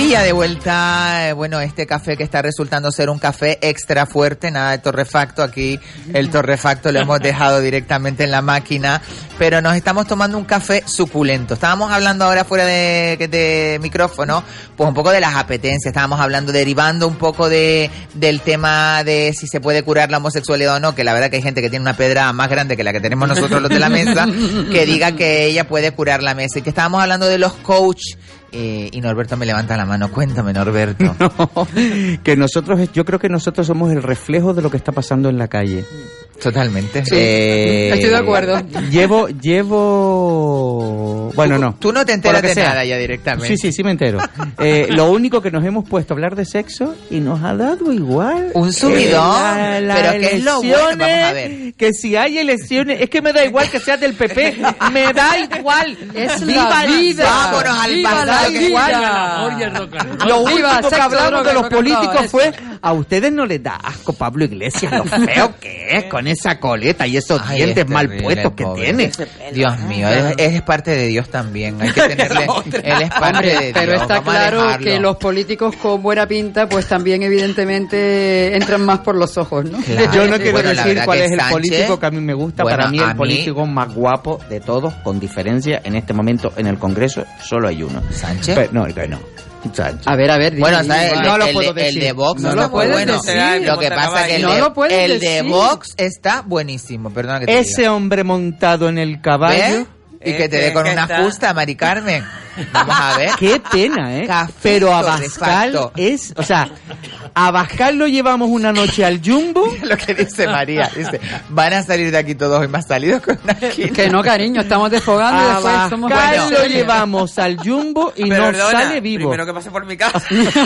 Y ya de vuelta, eh, bueno, este café que está resultando ser un café extra fuerte, nada de torrefacto, aquí el torrefacto lo hemos dejado directamente en la máquina, pero nos estamos tomando un café suculento. Estábamos hablando ahora fuera de, de micrófono, pues un poco de las apetencias, estábamos hablando, derivando un poco de del tema de si se puede curar la homosexualidad o no, que la verdad que hay gente que tiene una pedra más grande que la que tenemos nosotros los de la mesa, que diga que ella puede curar la mesa, y que estábamos hablando de los coach. Eh, y Norberto me levanta la mano. Cuéntame, Norberto. No, que nosotros, yo creo que nosotros somos el reflejo de lo que está pasando en la calle. Totalmente. Sí, eh, estoy de acuerdo. Llevo, llevo... Bueno, tú, no. Tú no te enteras de sea. nada ya directamente. Sí, sí, sí me entero. Eh, lo único que nos hemos puesto a hablar de sexo y nos ha dado igual. Un subidón. Eh, la, la pero que es lo bueno. Vamos a ver. Que si hay elecciones, es que me da igual que seas del P P. Me da igual. Es ¡Viva la vida! Vámonos al ¡Viva la vida! Lo único que hablamos de los políticos eso. fue: a ustedes no les da asco Pablo Iglesias, lo feo que es con esa coleta y esos Ay, dientes es mal terrible, puestos que pobre. tiene. Dios mío, él, él es parte de Dios también. Hay que tenerle. Él es parte de Dios. Pero está Vamos a claro dejarlo. que los políticos con buena pinta, pues también evidentemente entran más por los ojos, ¿no? Claro. Yo no quiero Bueno, la decir verdad cuál que es el Sánchez, político que a mí me gusta. bueno, Para mí a el político mí- más guapo de todos, con diferencia, en este momento en el Congreso solo hay uno. ¿Sánchez? Pero, no, que no. Sánchez. A ver, a ver. Bueno, dime, ¿sabes? dime. El, No lo el- puedo el decir. de Vox No está lo muy puedes bueno. decir. Lo que pasa es que el, No de, lo puedes el de decir. Vox está buenísimo. Perdona que te Ese diga. hombre montado en el caballo. ¿Ves? Y que te dé con una justa, Mari Carmen. Vamos a ver. Qué pena, ¿eh? Café Pero Abascal torrefacto. es... O sea, Abascal lo llevamos una noche al Jumbo. Lo que dice María. Dice, van a salir de aquí todos hoy más salidos con una quina. Que no, cariño, estamos desfogando y después somos... Abascal Bueno, lo llevamos al Jumbo y no sale vivo. Primero que pase por mi casa.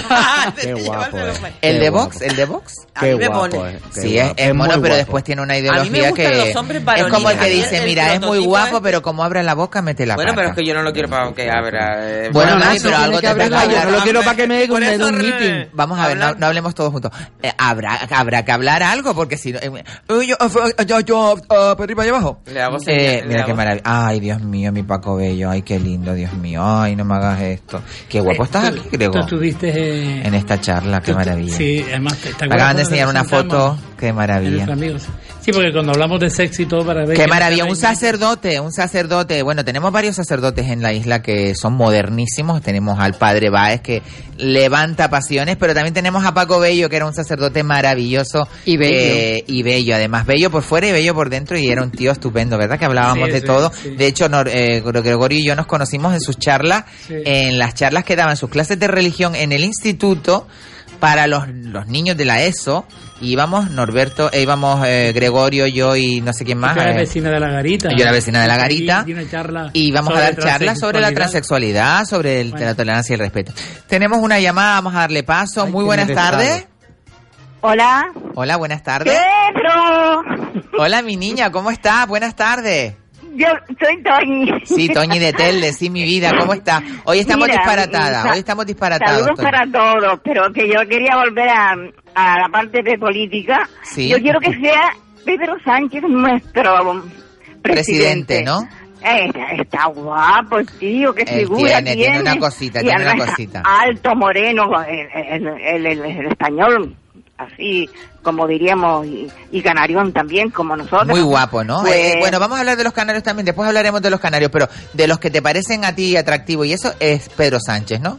Qué guapo, eh. El Qué de guapo. Vox, el de Vox. Qué A mí me guapo, pone. eh. Qué Sí, es, guapo. es mono, muy pero guapo. después tiene una A mí me ideología gustan que los hombres es como el varoniles. que A mí dice, el mira, es muy prototipo guapo, es- pero como abre la boca, mete la Bueno, pata. pero es que yo no lo quiero para que abra. eh, Bueno, Bueno, Nani, eso pero tiene algo que te abrir tengo la que Yo boca. no lo quiero para que me Por den eso un re- meeting. Vamos a ver, no, no hablemos todos juntos. Eh, habrá, habrá que hablar algo, porque si no... Eh, eh, yo, eh, yo, yo, eh, para arriba y abajo. Le hago Eh, señal, le mira hago- qué maravilla. Ay, Dios mío, mi Paco Bello. Ay, qué lindo, Dios mío. Ay, no me hagas esto. Qué guapo estás aquí, Tú Grego. estuviste eh, En esta charla, qué tú- maravilla. Sí, además te, te Me acaban de acuerdas enseñar cuando una nos sentamos foto. Qué en maravilla. nuestros amigos. Sí, porque cuando hablamos de sexo y todo para ver... Qué que- maravilla, un sacerdote, un sacerdote. Bueno, tenemos varios sacerdotes en la isla que son modernísimos. Tenemos al padre Báez que levanta pasiones, pero también tenemos a Paco Bello, que era un sacerdote maravilloso. Y bello. eh, y bello, además, bello por fuera y bello por dentro, y era un tío estupendo, ¿verdad? Que hablábamos Sí, de sí, todo. sí. De hecho, Nor- eh, Gregorio y yo nos conocimos en sus charlas, Sí. en las charlas que daban sus clases de religión en el instituto para los, los niños de la ESO. Y íbamos Norberto, e íbamos eh, Gregorio, yo y no sé quién más. Tú eres eh, vecina de la Garita. yo era vecina de la Y Garita. di una charla Y vamos a sobre dar charlas sobre la transexualidad. transexualidad, sobre el- Bueno. la tolerancia y el respeto. Tenemos una llamada, vamos a darle paso. Ay, Muy qué buenas interesado. tardes. Hola. Hola, buenas tardes. Pedro. Hola, mi niña, ¿cómo estás? Buenas tardes. Yo soy Toñi. Sí, Toñi de Telde, sí, mi vida, ¿cómo está? Hoy estamos Mira, disparatadas, sa- hoy estamos disparatados. Saludos Toñi. para todos, pero que yo quería volver a, a la parte de política. Sí. Yo quiero que sea Pedro Sánchez nuestro presidente, Presidente, ¿no? Eh, Está, está guapo, tío, qué Él figura tiene, tiene una cosita, Y tiene una además cosita. alto, moreno, el, el- el- el- el español, así como diríamos, y, y canarión también, como nosotros. Muy guapo, ¿no? Pues, Eh, bueno, vamos a hablar de los canarios también, después hablaremos de los canarios, pero de los que te parecen a ti atractivos, y eso es Pedro Sánchez, ¿no?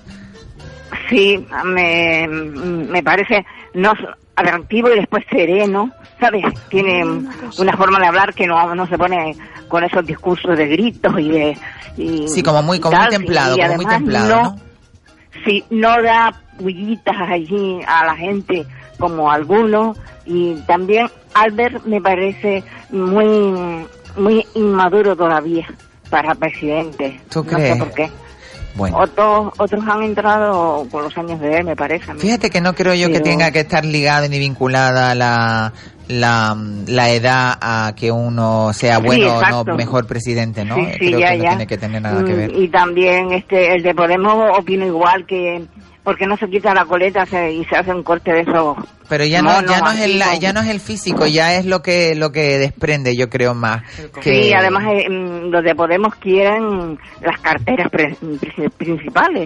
Sí, me, me parece no atractivo y después sereno, ¿sabes? Tiene una forma de hablar que no, no se pone con esos discursos de gritos y de... y- Sí, como muy, y como muy tal, templado, y como muy además templado, ¿no? Sí, no da pullitas allí a la gente como algunos, y también Albert me parece muy, muy inmaduro todavía para presidente. ¿Tú No crees? sé por qué. Bueno. Otros, otros han entrado con los años de él, me parece. a mí. Fíjate que no creo yo que Pero- tenga que estar ligada ni vinculada la, la, la edad a que uno sea Sí, bueno o exacto. no mejor presidente, ¿no? Sí, sí, creo ya, que no ya. tiene que tener nada que Mm, ver. Y también este el de Podemos opino igual, que porque no se quita la coleta se- y se hace un corte de esos Pero ya no, monos ya no es así el, con- ya no es el físico, ya es lo que, lo que desprende, yo creo más. Que, Sí, además eh, mm, los de Podemos quieren las carteras pre- pri- principales.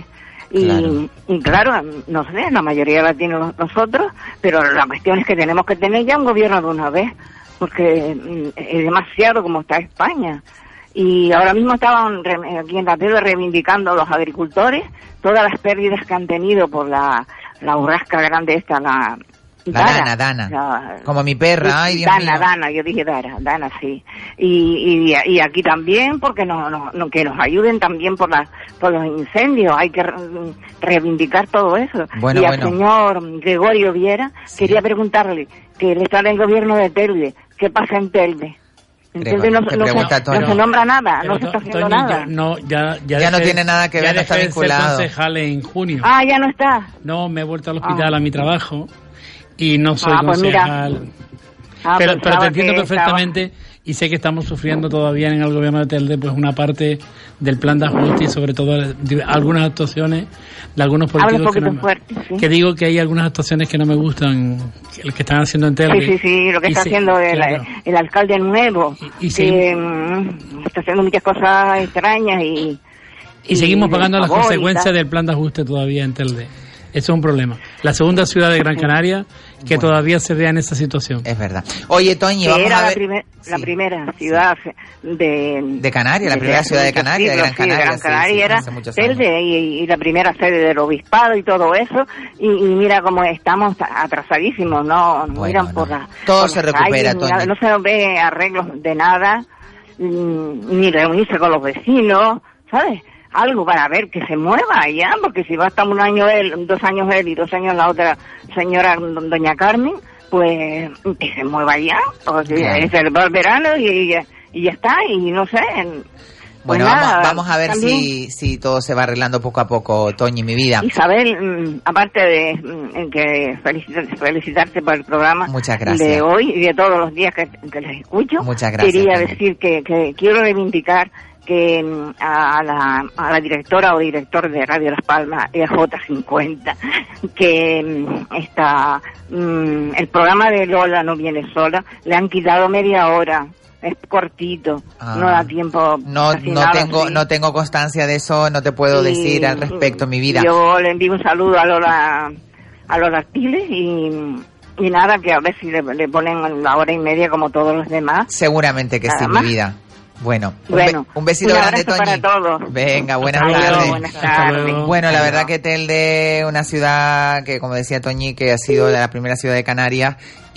Y Claro. y claro, no sé, la mayoría la tienen nosotros, pero la cuestión es que tenemos que tener ya un gobierno de una vez, porque mm, es demasiado como está España. Y ahora mismo estaban re- aquí en la tele reivindicando a los agricultores todas las pérdidas que han tenido por la, la borrasca grande esta, la... La Dana, Dana. La- Como mi perra, ay, Dios Dana, mío. Dana, yo dije Dana, Dana, sí. Y, y, y aquí también, porque no, no, no, que nos ayuden también por las, por los incendios, hay que re- reivindicar todo eso. Bueno, y al bueno. señor Gregorio Viera, quería preguntarle, que él está en el gobierno de Telde, ¿qué pasa en Telde? En Telde no, te no se, pregunta Toño. no se nombra nada, Pero, no se está haciendo Toño, nada. ya no, ya, ya, Ya no dejé- tiene nada que ver, ya no está dejé de ser vinculado. concejal en junio. Ah, ya no está. No, me he vuelto al hospital a mi trabajo y no soy Ah, pues mira. concejal. Ah, pero, pensaba pero te entiendo que perfectamente y sé que estamos sufriendo todavía en el gobierno de Telde pues una parte del plan de ajuste y sobre todo de algunas actuaciones de algunos Habla un políticos que, poquito no, fuerte, sí. que digo que hay algunas actuaciones que no me gustan, que, que están haciendo en Telde. Sí, sí, sí, lo que Y está se- haciendo el, claro. el alcalde nuevo, Y- y que seguimos- mm, está haciendo muchas cosas extrañas y... Y seguimos pagando las favor y consecuencias tal. del plan de ajuste todavía en Telde. Eso es un problema. La segunda ciudad de Gran Canaria que Bueno. todavía se vea en esa situación. Es verdad. Oye, Toñi, Que vamos era a la, ver... primer- la primera ciudad de... De Canarias, la primera hace ciudad de muchos Canarias, de siglos, Gran sí, de Canaria. Gran sí, Canaria sí, era hace muchos años. Telde y, y la primera sede del obispado y todo eso. Y, y mira cómo estamos atrasadísimos, ¿no? No Bueno, miran no. por la... Todo por se las recupera, calles, ni nada, Toñi. no se ve arreglos de nada, mm, ni reunirse con los vecinos, ¿sabes? Algo para ver que se mueva ya, porque si va a estar un año él, dos años él y dos años la otra señora doña Carmen, pues que se mueva ya, porque Claro. es el el verano y, y, y ya está, y no sé. en- Bueno, pues vamos, nada, vamos a ver también, si, si todo se va arreglando poco a poco, Toñi, mi vida. Isabel, mm, aparte de mm, en que felicitarte, felicitarte por el programa Muchas gracias. de hoy y de todos los días que, que les escucho, Muchas gracias, quería Toñi. decir que, que quiero reivindicar que mm, a la, a la directora o director de Radio Las Palmas, E J cincuenta, que mm, está, mm, el programa de Lola no viene sola, le han quitado media hora. Es cortito, Ah. no da tiempo. No, casi no nada, tengo, sí. no tengo constancia de eso, no te puedo Y, decir al respecto, mi vida. Yo le envío un saludo a Lola, a Lola Artiles y, y nada, que a ver si le, le ponen la hora y media como todos los demás. Seguramente que Nada sí, más. mi vida. Bueno, un, Bueno, be- un besito un grande, abrazo Toñi. para todos. Venga, buenas Hasta luego, tardes. buenas tardes. Bueno, la verdad que Telde, una ciudad que, como decía Toñi, que ha sido la primera ciudad de Canarias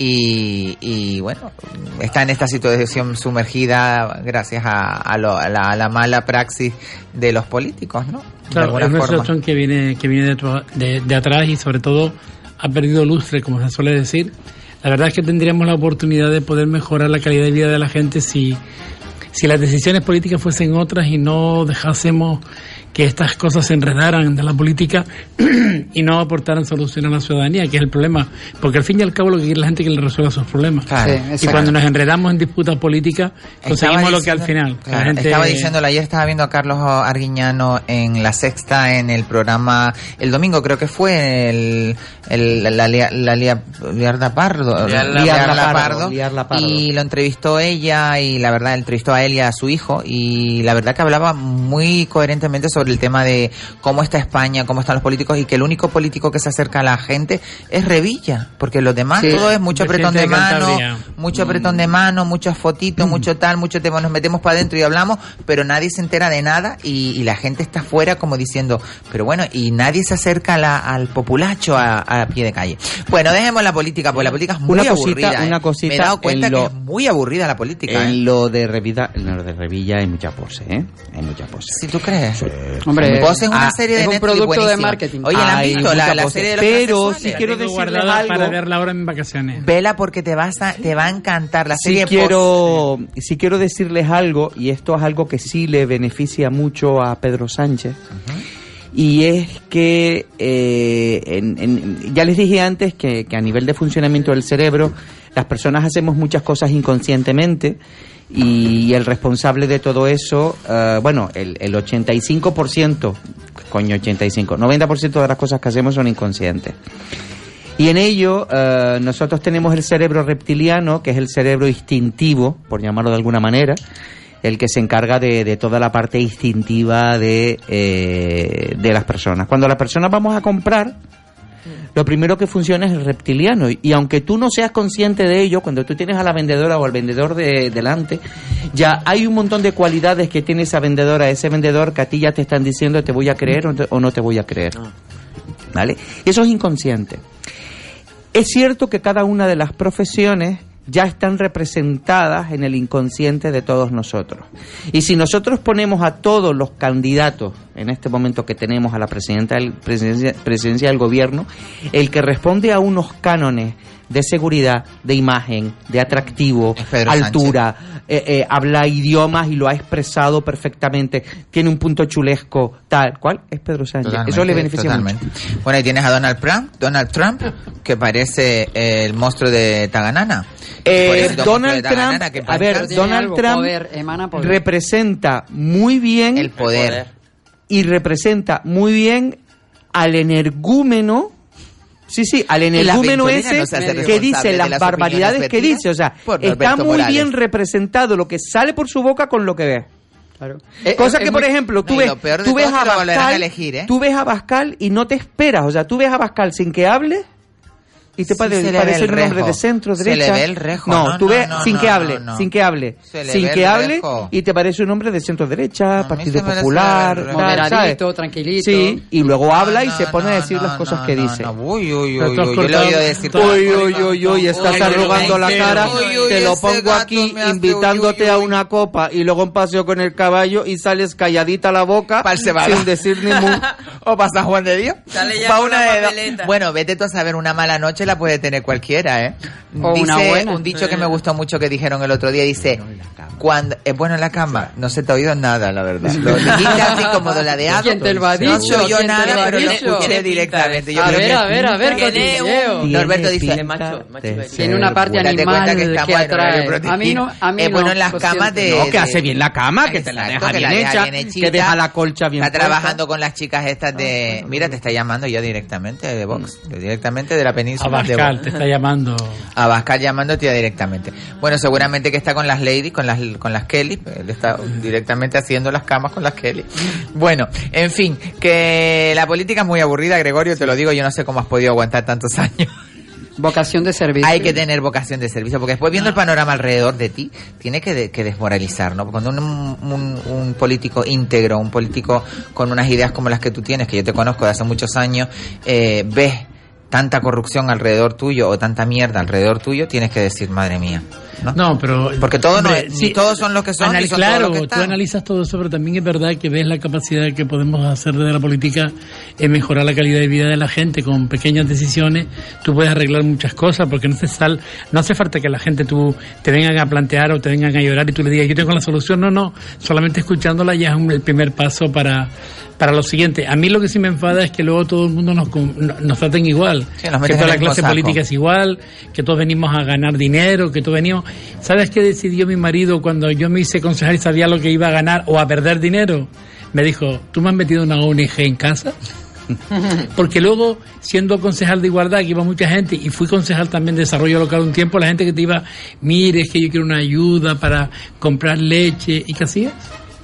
y, y bueno, está en esta situación sumergida gracias a, a, lo- a la, a la mala praxis de los políticos, ¿no? De Claro, alguna es una forma. situación que viene, que viene de, atro- de- de atrás y sobre todo ha perdido lustre, como se suele decir. La verdad es que tendríamos la oportunidad de poder mejorar la calidad de vida de la gente si, si las decisiones políticas fuesen otras y no dejásemos que estas cosas se enredaran de la política y no aportaran solución a la ciudadanía, que es el problema. Porque al fin y al cabo lo que quiere la gente es que le resuelva sus problemas. Claro. Sí, y exacto. cuando nos enredamos en disputas políticas, conseguimos lo que al final. que la Claro, gente- estaba diciéndolo, ayer estaba viendo a Carlos Arguiñano en La Sexta, en el programa, el domingo creo que fue, el, el, la, la, la, Lia- Liarda Pardo, Liarla Liarla Pardo, Liarla Pardo. y lo entrevistó ella, y la verdad, entrevistó a él y a su hijo, y la verdad que hablaba muy coherentemente sobre el tema de cómo está España, cómo están los políticos, y que el único político que se acerca a la gente es Revilla, porque los demás Sí, todo es mucho apretón de presidente de mano, Cantabria. mucho apretón de mano, muchas fotitos, mucho tal, mucho tema, nos metemos para adentro y hablamos, pero nadie se entera de nada y, y la gente está afuera como diciendo, pero bueno, y nadie se acerca a la- al populacho a, a pie de calle. Bueno, dejemos la política, porque la política es muy Una cosita, aburrida. una ¿eh? cosita Me he dado cuenta en lo- que es muy aburrida la política. En ¿eh? lo de Revilla, en lo de Revilla hay mucha pose, ¿eh? Hay mucha pose. ¿Si tú crees? Hombre, Pose es una ah, serie de es un Netflix producto de buenísima. marketing. Oye, ¿la han Hay visto? La, mucha la pose, serie de los pero transexuales. sí La quiero tengo decirles guardada algo. para verla ahora en vacaciones. Vela porque te vas a, te va a encantar la Sí serie. quiero, sí quiero decirles algo, y esto es algo que sí le beneficia mucho a Pedro Sánchez, y es que eh, en- en- ya les dije antes que, que a nivel de funcionamiento del cerebro las personas hacemos muchas cosas inconscientemente, y el responsable de todo eso, eh, bueno, el, el ochenta y cinco por ciento, coño ochenta y cinco, noventa por ciento de las cosas que hacemos son inconscientes. Y en ello, eh, nosotros tenemos el cerebro reptiliano, que es el cerebro instintivo, por llamarlo de alguna manera, el que se encarga de, de toda la parte instintiva de, eh, de las personas. Cuando las personas vamos a comprar, lo primero que funciona es el reptiliano, y aunque tú no seas consciente de ello, cuando tú tienes a la vendedora o al vendedor de delante, ya hay un montón de cualidades que tiene esa vendedora, ese vendedor, que a ti ya te están diciendo te voy a creer o, te, o no te voy a creer, ¿vale? Eso es inconsciente. Es cierto que cada una de las profesiones ya están representadas en el inconsciente de todos nosotros. Y si nosotros ponemos a todos los candidatos en este momento que tenemos a la presidenta del, presidencia, presidencia del gobierno, el que responde a unos cánones de seguridad, de imagen, de atractivo, altura, eh, eh, habla idiomas y lo ha expresado perfectamente, tiene un punto chulesco, tal cual, es Pedro Sánchez. Totalmente, eso le beneficia totalmente. mucho. Bueno, ahí tienes a Donald Trump, Donald Trump, que parece el monstruo de Taganana. Eh, Donald Trump, a ver, Donald algo, Trump poder, emana poder. representa muy bien el poder y representa muy bien al energúmeno. Sí, sí, al energúmeno ese no que dice las, las barbaridades que dice, o sea, está muy Morales. bien representado lo que sale por su boca con lo que ve. Claro. Cosa es, que, es por muy, ejemplo, tú no, ves, tú ves a Abascal, elegir, ¿eh? tú ves a Abascal y no te esperas, o sea, tú ves a Abascal sin que hable y te sí, parece, parece un hombre de centro, derecha. Se le ve el rejo. No, no tú ves no, no, sin no, que hable, no, no. sin que hable, sin que hable rejo. y te parece un hombre de centro derecha, Partido Popular, moderadito, tranquilito. Sí, y luego no, habla no, y se pone no, a decir no, las cosas no, que no, dice. No, uy, uy, uy, uy, yo le he oído decir. Uy, uy, uy, uy, estás arrugando la cara, te lo pongo aquí invitándote a una copa y luego un paseo con el caballo y sales calladita la boca sin decir ni mu. O para San Juan de Dios. Bueno, vete tú a saber, una mala noche la puede tener cualquiera, ¿eh? O dice, una buena. Un dicho que me gustó mucho que dijeron el otro día, dice, cuando es bueno en la cama, no se te ha oído nada, la verdad. Lo dijiste así como de la de ¿Quién te lo ha dicho? No soy yo nada, pero lo dicho? escuché directamente. Yo a, ver, a ver, a ver, a ver, Norberto dice, tiene una parte animal que, que atrae. A mí no, a mí es no, bueno en las camas de... No, que hace bien la cama, que te la deja bien hecha, que deja la colcha bien Está trabajando con las chicas estas de... Mira, te está llamando ya directamente de Vox, directamente de la península. Abascal te está llamando. Abascal llamándote ya directamente. Bueno, seguramente que está con las ladies, con las con las Kelly, él está directamente haciendo las camas con las Kelly. Bueno, en fin, que la política es muy aburrida, Gregorio, te lo digo, yo no sé cómo has podido aguantar tantos años. Vocación de servicio. Hay que tener vocación de servicio, porque después viendo el panorama alrededor de ti, tiene que, de, que desmoralizar, ¿no? Cuando un, un, un político íntegro, un político con unas ideas como las que tú tienes, que yo te conozco de hace muchos años, eh, ves tanta corrupción alrededor tuyo o tanta mierda alrededor tuyo, tienes que decir, madre mía. ¿No? No, pero... Porque todo hombre, no, sí, ni todos son los que son, anal, ni son claro, todos los que están. Tú analizas todo eso, pero también es verdad que ves la capacidad que podemos hacer desde la política en mejorar la calidad de vida de la gente con pequeñas decisiones. Tú puedes arreglar muchas cosas, porque no hace, sal, no hace falta que la gente tú te vengan a plantear o te vengan a llorar y tú le digas, yo tengo la solución. No, no, solamente escuchándola ya es un, el primer paso para... Para lo siguiente, a mí lo que sí me enfada es que luego todo el mundo nos, nos traten igual, sí, nos que toda la clase política es igual, que todos venimos a ganar dinero, que todos venimos... ¿Sabes qué decidió mi marido cuando yo me hice concejal y sabía lo que iba a ganar o a perder dinero? Me dijo, ¿tú me has metido una O N G en casa? Porque luego, siendo concejal de igualdad, que iba mucha gente, y fui concejal también de desarrollo local un tiempo, la gente que te iba, mire, es que yo quiero una ayuda para comprar leche, ¿y qué hacías?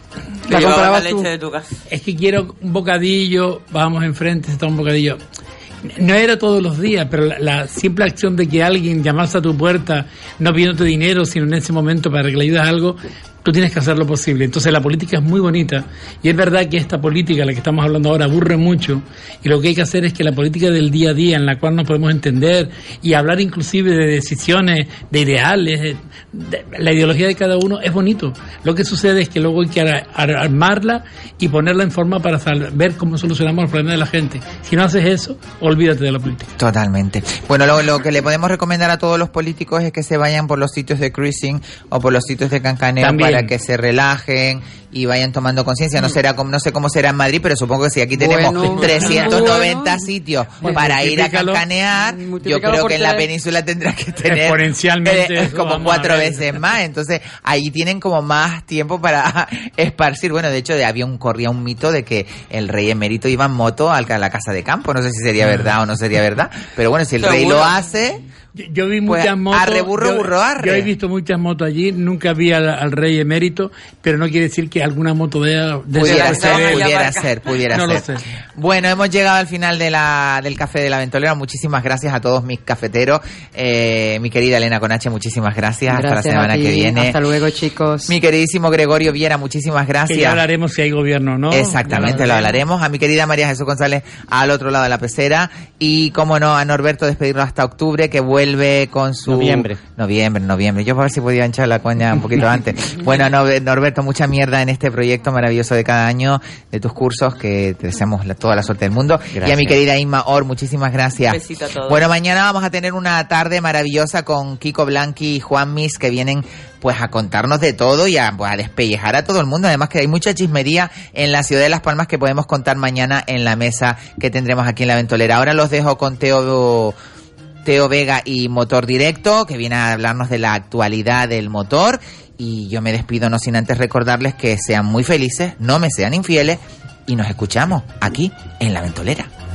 ¿La comprabas la leche tú? De tu casa? Es que quiero un bocadillo, vamos enfrente, se toma un bocadillo. No era todos los días, pero la, la simple acción de que alguien llamase a tu puerta, no pidiéndote dinero, sino en ese momento para que le ayudes a algo, tú tienes que hacer lo posible. Entonces la política es muy bonita, y es verdad que esta política, la que estamos hablando ahora, aburre mucho, y lo que hay que hacer es que la política del día a día, en la cual nos podemos entender y hablar inclusive de decisiones, de ideales, de, de, la ideología de cada uno, es bonito. Lo que sucede es que luego hay que ar, ar, armarla y ponerla en forma para ver cómo solucionamos los problemas de la gente. Si no haces eso, olvídate de la política. Totalmente. Bueno, lo, lo que le podemos recomendar a todos los políticos es que se vayan por los sitios de cruising o por los sitios de cancaneo. También. Para que se relajen y vayan tomando conciencia. No será como, no sé cómo será en Madrid, pero supongo que si aquí tenemos bueno, trescientos noventa bueno. sitios bueno, para ir a cancanear, yo creo que en la península tendrás que tener exponencialmente eh, como cuatro veces más. Entonces ahí tienen como más tiempo para esparcir. Bueno, de hecho había un corría un mito de que el rey emérito iba en moto a la casa de campo. No sé si sería verdad o no sería verdad, pero bueno, si el Seguro. rey lo hace, Yo, yo vi Pues, muchas motos. arre, burro, yo, burro, arre. Yo he visto muchas motos allí, nunca vi al, al rey emérito, pero no quiere decir que alguna moto de, de Pudiera esa- ser, de- pudiera ser, pudiera no ser. lo sé. Bueno, hemos llegado al final de la, del Café de la Ventolera. Muchísimas gracias a todos mis cafeteros. Eh, mi querida Elena Conache, muchísimas gracias. Hasta la Gracias semana a ti. que viene. Hasta luego, chicos. Mi queridísimo Gregorio Viera, muchísimas gracias. Que ya hablaremos si hay gobierno, ¿no? Exactamente, Ya lo hablaremos. A mi querida María Jesús González al otro lado de la pecera. Y, como no, a Norberto despedirlo hasta octubre, que vuelve con su... Noviembre. Noviembre, noviembre. Yo a ver si podía hinchar la coña un poquito antes. Bueno, no, Norberto, mucha mierda en este proyecto maravilloso de cada año, de tus cursos, que te deseamos la- toda la suerte del mundo. Gracias. Y a mi querida Inma Or, muchísimas gracias. Un besito a todos. Bueno, mañana vamos a tener una tarde maravillosa con Kiko Blanqui y Juan Mis, que vienen pues a contarnos de todo y a, pues, a despellejar a todo el mundo. Además que hay mucha chismería en la ciudad de Las Palmas que podemos contar mañana en la mesa que tendremos aquí en la Ventolera. Ahora los dejo con Teo... Teo Vega y Motor Directo, que viene a hablarnos de la actualidad del motor. Y yo me despido no sin antes recordarles que sean muy felices, no me sean infieles, y nos escuchamos aquí en La Ventolera.